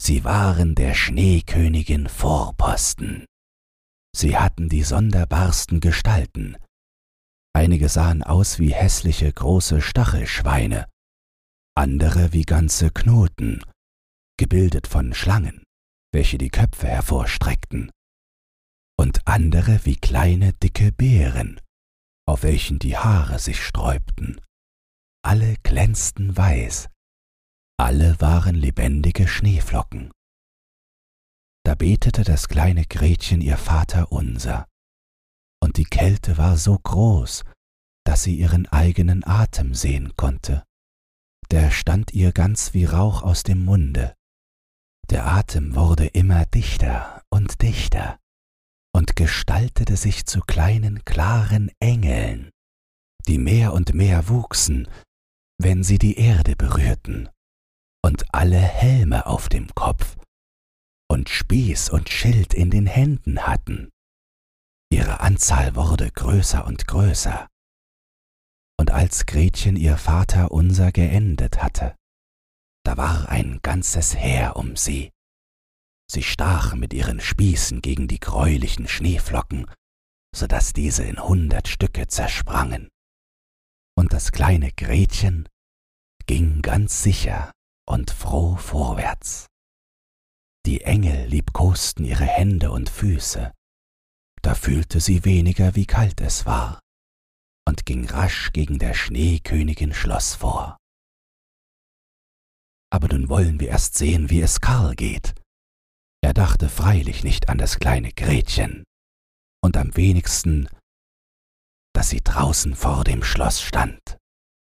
Sie waren der Schneekönigin Vorposten. Sie hatten die sonderbarsten Gestalten. Einige sahen aus wie hässliche große Stachelschweine, andere wie ganze Knoten, gebildet von Schlangen, welche die Köpfe hervorstreckten, und andere wie kleine dicke Beeren, auf welchen die Haare sich sträubten. Alle glänzten weiß, alle waren lebendige Schneeflocken. Da betete das kleine Gretchen ihr Vaterunser, und die Kälte war so groß, dass sie ihren eigenen Atem sehen konnte. Der stand ihr ganz wie Rauch aus dem Munde. Der Atem wurde immer dichter und dichter und gestaltete sich zu kleinen, klaren Engeln, die mehr und mehr wuchsen, wenn sie die Erde berührten, und alle Helme auf dem Kopf und Spieß und Schild in den Händen hatten. Ihre Anzahl wurde größer und größer. Und als Gretchen ihr Vaterunser geendet hatte, da war ein ganzes Heer um sie. Sie stachen mit ihren Spießen gegen die gräulichen Schneeflocken, so daß diese in hundert Stücke zersprangen. Und das kleine Gretchen ging ganz sicher und froh vorwärts. Die Engel liebkosten ihre Hände und Füße, da fühlte sie weniger, wie kalt es war, und ging rasch gegen der Schneekönigin Schloss vor. Aber nun wollen wir erst sehen, wie es Karl geht. Er dachte freilich nicht an das kleine Gretchen, und am wenigsten, dass sie draußen vor dem Schloss stand.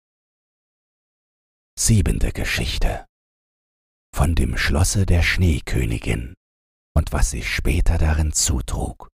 Siebente Geschichte von dem Schlosse der Schneekönigin und was sich später darin zutrug.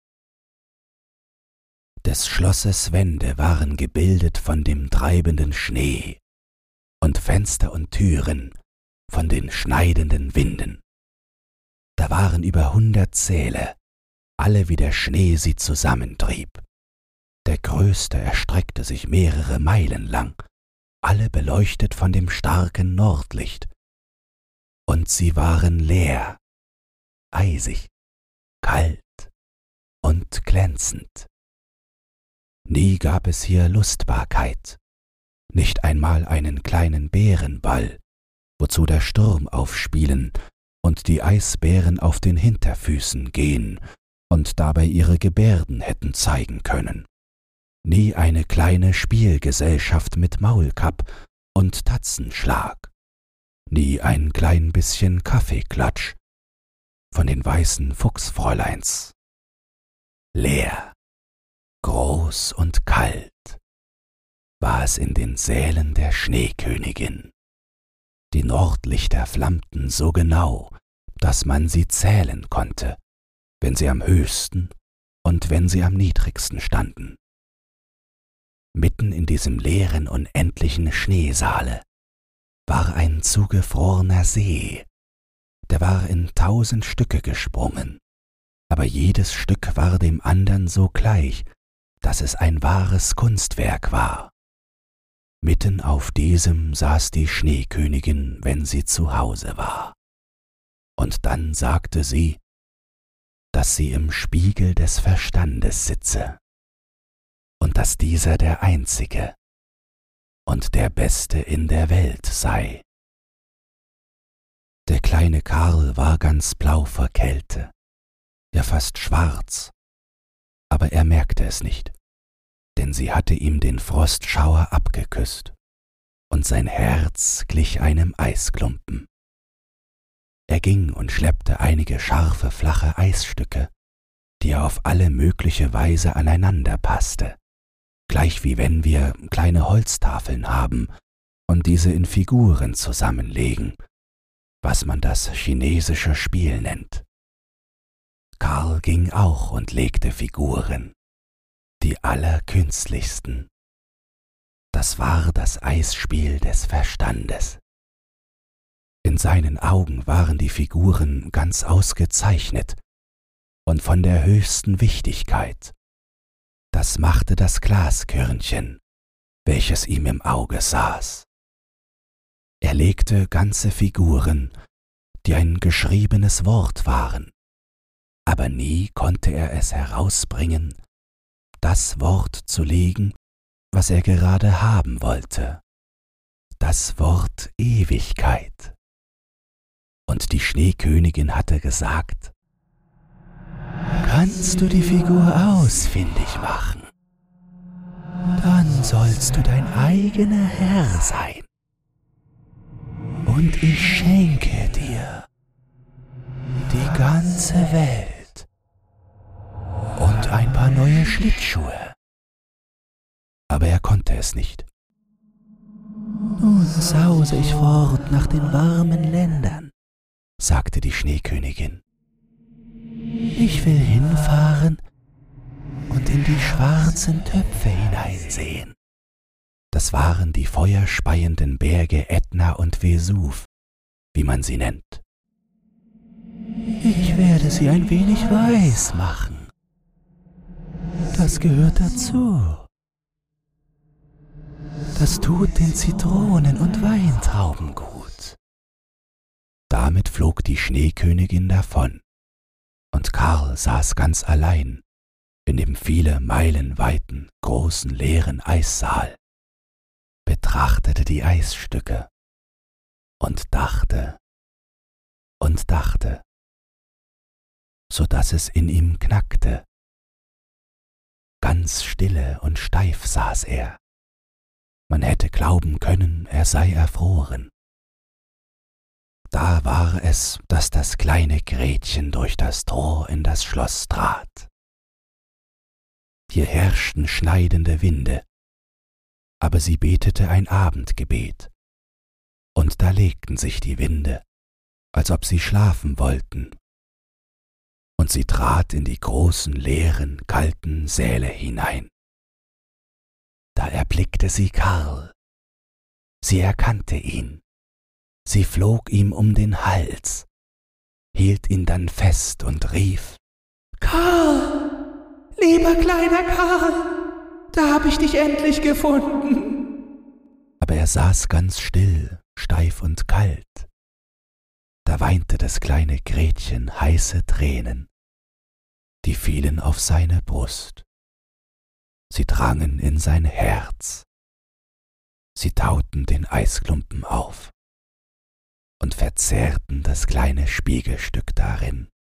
Des Schlosses Wände waren gebildet von dem treibenden Schnee und Fenster und Türen von den schneidenden Winden. Da waren über hundert Säle, alle wie der Schnee sie zusammentrieb. Der größte erstreckte sich mehrere Meilen lang, alle beleuchtet von dem starken Nordlicht. Und sie waren leer, eisig, kalt und glänzend. Nie gab es hier Lustbarkeit, nicht einmal einen kleinen Bärenball, wozu der Sturm aufspielen und die Eisbären auf den Hinterfüßen gehen und dabei ihre Gebärden hätten zeigen können. Nie eine kleine Spielgesellschaft mit Maulkapp und Tatzenschlag. Nie ein klein bisschen Kaffeeklatsch von den weißen Fuchsfräuleins. Leer, groß und kalt war es in den Sälen der Schneekönigin. Die Nordlichter flammten so genau, dass man sie zählen konnte, wenn sie am höchsten und wenn sie am niedrigsten standen. Mitten in diesem leeren, unendlichen Schneesaale war ein zugefrorener See, der war in tausend Stücke gesprungen, aber jedes Stück war dem andern so gleich, dass es ein wahres Kunstwerk war. Mitten auf diesem saß die Schneekönigin, wenn sie zu Hause war. Und dann sagte sie, dass sie im Spiegel des Verstandes sitze und dass dieser der einzige und der Beste in der Welt sei. Der kleine Karl war ganz blau vor Kälte, ja fast schwarz, aber er merkte es nicht, denn sie hatte ihm den Frostschauer abgeküsst, und sein Herz glich einem Eisklumpen. Er ging und schleppte einige scharfe, flache Eisstücke, die er auf alle mögliche Weise aneinander passte, gleich wie wenn wir kleine Holztafeln haben und diese in Figuren zusammenlegen, was man das chinesische Spiel nennt. Karl ging auch und legte Figuren, die allerkünstlichsten. Das war das Eisspiel des Verstandes. In seinen Augen waren die Figuren ganz ausgezeichnet und von der höchsten Wichtigkeit. Das machte das Glaskörnchen, welches ihm im Auge saß. Er legte ganze Figuren, die ein geschriebenes Wort waren, aber nie konnte er es herausbringen, das Wort zu legen, was er gerade haben wollte, das Wort Ewigkeit. Und die Schneekönigin hatte gesagt: »Kannst du die Figur ausfindig machen? Dann sollst du dein eigener Herr sein. Und ich schenke dir die ganze Welt und ein paar neue Schlittschuhe.« Aber er konnte es nicht. »Nun sause ich fort nach den warmen Ländern«, sagte die Schneekönigin. »Ich will hinfahren und in die schwarzen Töpfe hineinsehen.« Das waren die feuerspeienden Berge Ätna und Vesuv, wie man sie nennt. »Ich werde sie ein wenig weiß machen. Das gehört dazu. Das tut den Zitronen und Weintrauben gut.« Damit flog die Schneekönigin davon, und Karl saß ganz allein in dem viele Meilen weiten, großen, leeren Eissaal, betrachtete die Eisstücke und dachte und dachte, so dass es in ihm knackte. Ganz stille und steif saß er. Man hätte glauben können, er sei erfroren. Da war es, dass das kleine Gretchen durch das Tor in das Schloss trat. Hier herrschten schneidende Winde, aber sie betete ein Abendgebet, und da legten sich die Winde, als ob sie schlafen wollten, und sie trat in die großen, leeren, kalten Säle hinein. Da erblickte sie Karl. Sie erkannte ihn. Sie flog ihm um den Hals, hielt ihn dann fest und rief: »Karl, lieber kleiner Karl, da hab ich dich endlich gefunden.« Aber er saß ganz still, steif und kalt. Da weinte das kleine Gretchen heiße Tränen. Die fielen auf seine Brust. Sie drangen in sein Herz. Sie tauten den Eisklumpen auf und verzehrten das kleine Spiegelstück darin.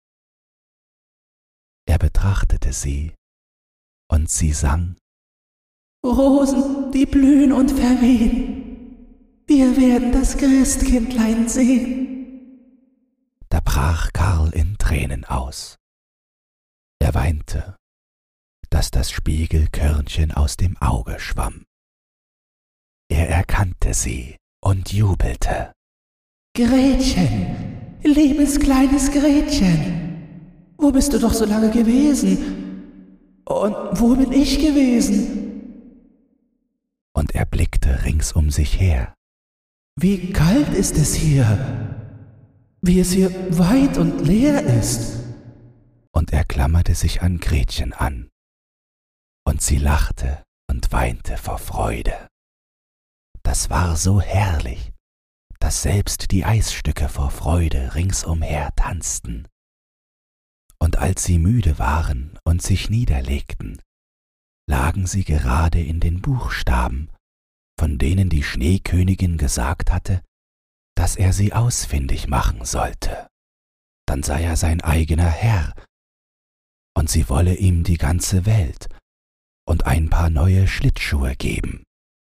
Er betrachtete sie, und sie sang: »Rosen, die blühen und verwehen, wir werden das Christkindlein sehen.« Da brach Karl in Tränen aus. Er weinte, dass das Spiegelkörnchen aus dem Auge schwamm. Er erkannte sie und jubelte: »Gretchen, liebes kleines Gretchen, wo bist du doch so lange gewesen? Und wo bin ich gewesen?« Und er blickte rings um sich her. »Wie kalt ist es hier, wie es hier weit und leer ist.« Und er klammerte sich an Gretchen an, und sie lachte und weinte vor Freude. Das war so herrlich, dass selbst die Eisstücke vor Freude ringsumher tanzten. Und als sie müde waren und sich niederlegten, lagen sie gerade in den Buchstaben, von denen die Schneekönigin gesagt hatte, dass er sie ausfindig machen sollte. Dann sei er sein eigener Herr, und sie wolle ihm die ganze Welt und ein paar neue Schlittschuhe geben.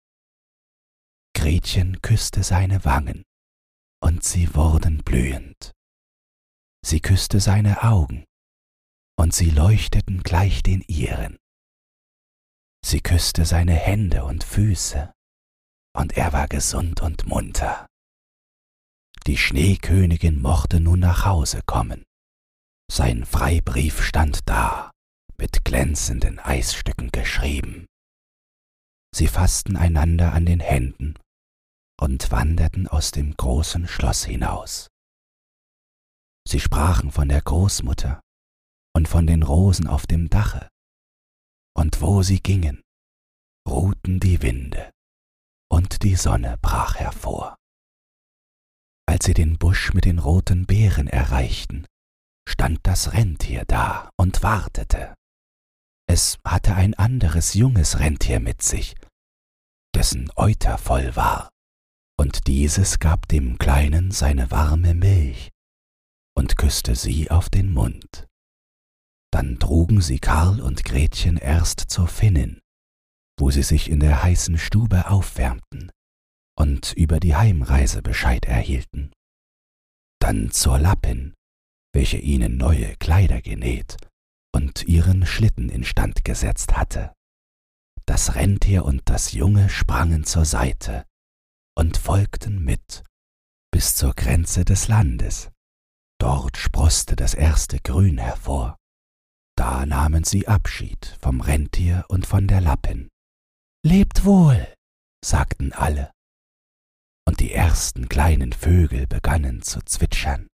Gretchen küsste seine Wangen, und sie wurden blühend. Sie küsste seine Augen, und sie leuchteten gleich den ihren. Sie küsste seine Hände und Füße, und er war gesund und munter. Die Schneekönigin mochte nun nach Hause kommen. Sein Freibrief stand da, mit glänzenden Eisstücken geschrieben. Sie fassten einander an den Händen und wanderten aus dem großen Schloss hinaus. Sie sprachen von der Großmutter und von den Rosen auf dem Dache, und wo sie gingen, ruhten die Winde, und die Sonne brach hervor. Als sie den Busch mit den roten Beeren erreichten, stand das Rentier da und wartete. Es hatte ein anderes junges Rentier mit sich, dessen Euter voll war, und dieses gab dem Kleinen seine warme Milch und küsste sie auf den Mund. Dann trugen sie Karl und Gretchen erst zur Finnin, wo sie sich in der heißen Stube aufwärmten und über die Heimreise Bescheid erhielten. Dann zur Lappin, welche ihnen neue Kleider genäht und ihren Schlitten instand gesetzt hatte. Das Rentier und das Junge sprangen zur Seite und folgten mit bis zur Grenze des Landes. Dort sproßte das erste Grün hervor. Da nahmen sie Abschied vom Rentier und von der Lappin. »Lebt wohl«, sagten alle, und die ersten kleinen Vögel begannen zu zwitschern.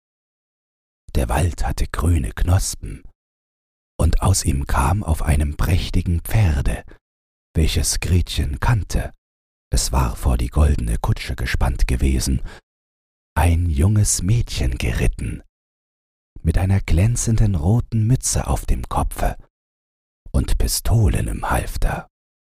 Der Wald hatte grüne Knospen, und aus ihm kam auf einem prächtigen Pferde, welches Gretchen kannte, es war vor die goldene Kutsche gespannt gewesen, ein junges Mädchen geritten, mit einer glänzenden roten Mütze auf dem Kopfe und Pistolen im Halfter.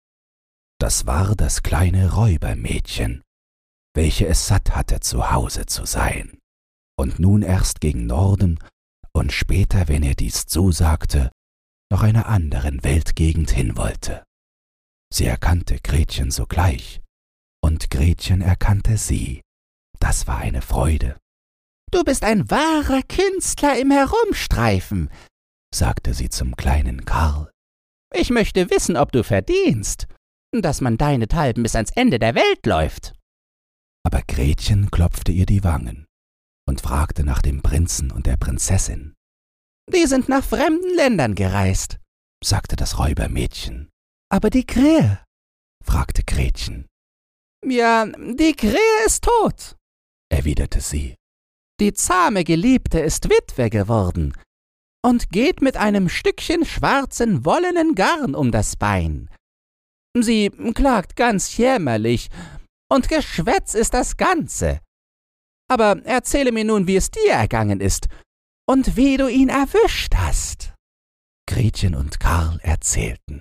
Das war das kleine Räubermädchen, welche es satt hatte, zu Hause zu sein, und nun erst gegen Norden und später, wenn er dies zusagte, noch einer anderen Weltgegend hin wollte. Sie erkannte Gretchen sogleich, und Gretchen erkannte sie. Das war eine Freude. »Du bist ein wahrer Künstler im Herumstreifen«, sagte sie zum kleinen Karl. »Ich möchte wissen, ob du verdienst, dass man deinethalben bis ans Ende der Welt läuft.« Aber Gretchen klopfte ihr die Wangen und fragte nach dem Prinzen und der Prinzessin. »Die sind nach fremden Ländern gereist«, sagte das Räubermädchen. »Aber die Krähe?« fragte Gretchen. »Ja, die Krähe ist tot«, erwiderte sie. »Die zahme Geliebte ist Witwe geworden und geht mit einem Stückchen schwarzen wollenen Garn um das Bein. Sie klagt ganz jämmerlich, und Geschwätz ist das Ganze. Aber erzähle mir nun, wie es dir ergangen ist und wie du ihn erwischt hast.« Gretchen und Karl erzählten.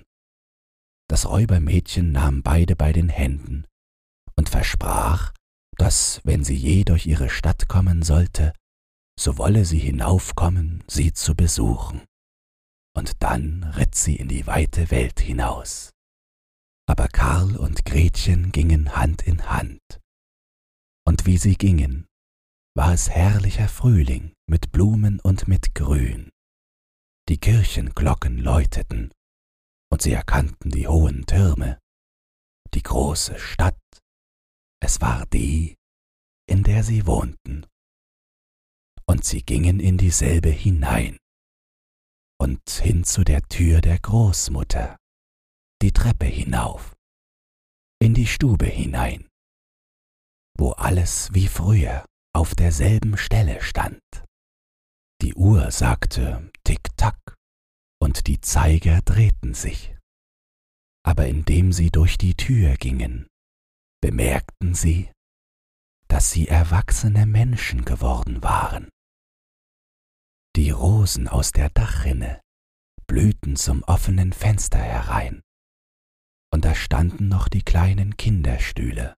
Das Räubermädchen nahm beide bei den Händen und versprach, dass, wenn sie je durch ihre Stadt kommen sollte, so wolle sie hinaufkommen, sie zu besuchen. Und dann ritt sie in die weite Welt hinaus. Aber Karl und Gretchen gingen Hand in Hand. Und wie sie gingen, war es herrlicher Frühling mit Blumen und mit Grün. Die Kirchenglocken läuteten, und sie erkannten die hohen Türme, die große Stadt. Es war die, in der sie wohnten. Und sie gingen in dieselbe hinein und hin zu der Tür der Großmutter, die Treppe hinauf, in die Stube hinein, wo alles wie früher auf derselben Stelle stand. Die Uhr sagte Tick-Tack, und die Zeiger drehten sich. Aber indem sie durch die Tür gingen, bemerkten sie, dass sie erwachsene Menschen geworden waren. Die Rosen aus der Dachrinne blühten zum offenen Fenster herein, und da standen noch die kleinen Kinderstühle.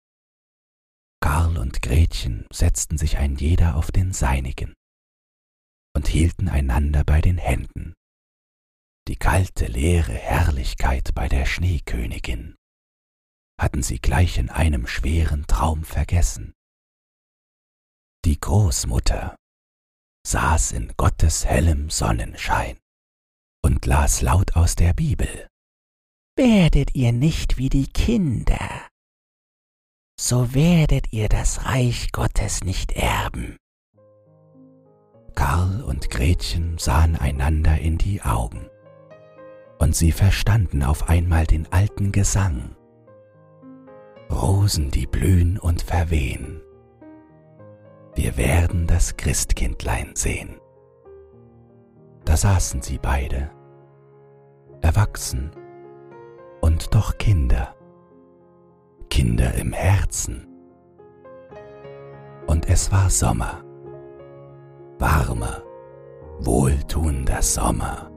Karl und Gretchen setzten sich ein jeder auf den seinigen und hielten einander bei den Händen. Die kalte, leere Herrlichkeit bei der Schneekönigin hatten sie gleich in einem schweren Traum vergessen. Die Großmutter saß in Gottes hellem Sonnenschein und las laut aus der Bibel: »Werdet ihr nicht wie die Kinder, so werdet ihr das Reich Gottes nicht erben.« Karl und Gretchen sahen einander in die Augen, und sie verstanden auf einmal den alten Gesang: Rosen, die blühen und verwehen, wir werden das Christkindlein sehen. Da saßen sie beide, erwachsen und doch Kinder, Kinder im Herzen. Und Es war Sommer. Warmer, wohltuender Sommer.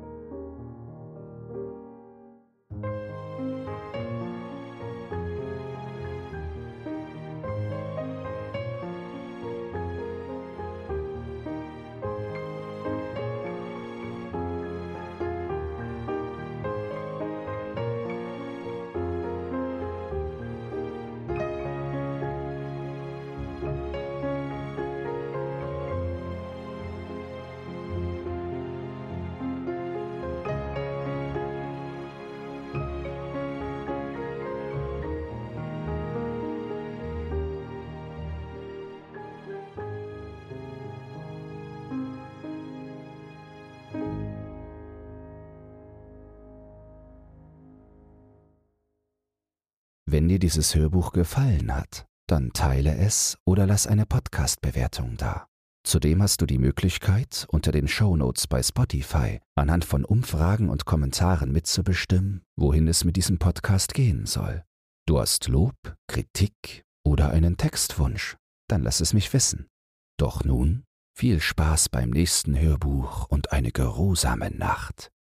Wenn dir dieses Hörbuch gefallen hat, dann teile es oder lass eine Podcast-Bewertung da. Zudem hast du die Möglichkeit, unter den Shownotes bei Spotify anhand von Umfragen und Kommentaren mitzubestimmen, wohin es mit diesem Podcast gehen soll. Du hast Lob, Kritik oder einen Textwunsch, dann lass es mich wissen. Doch nun viel Spaß beim nächsten Hörbuch und eine geruhsame Nacht.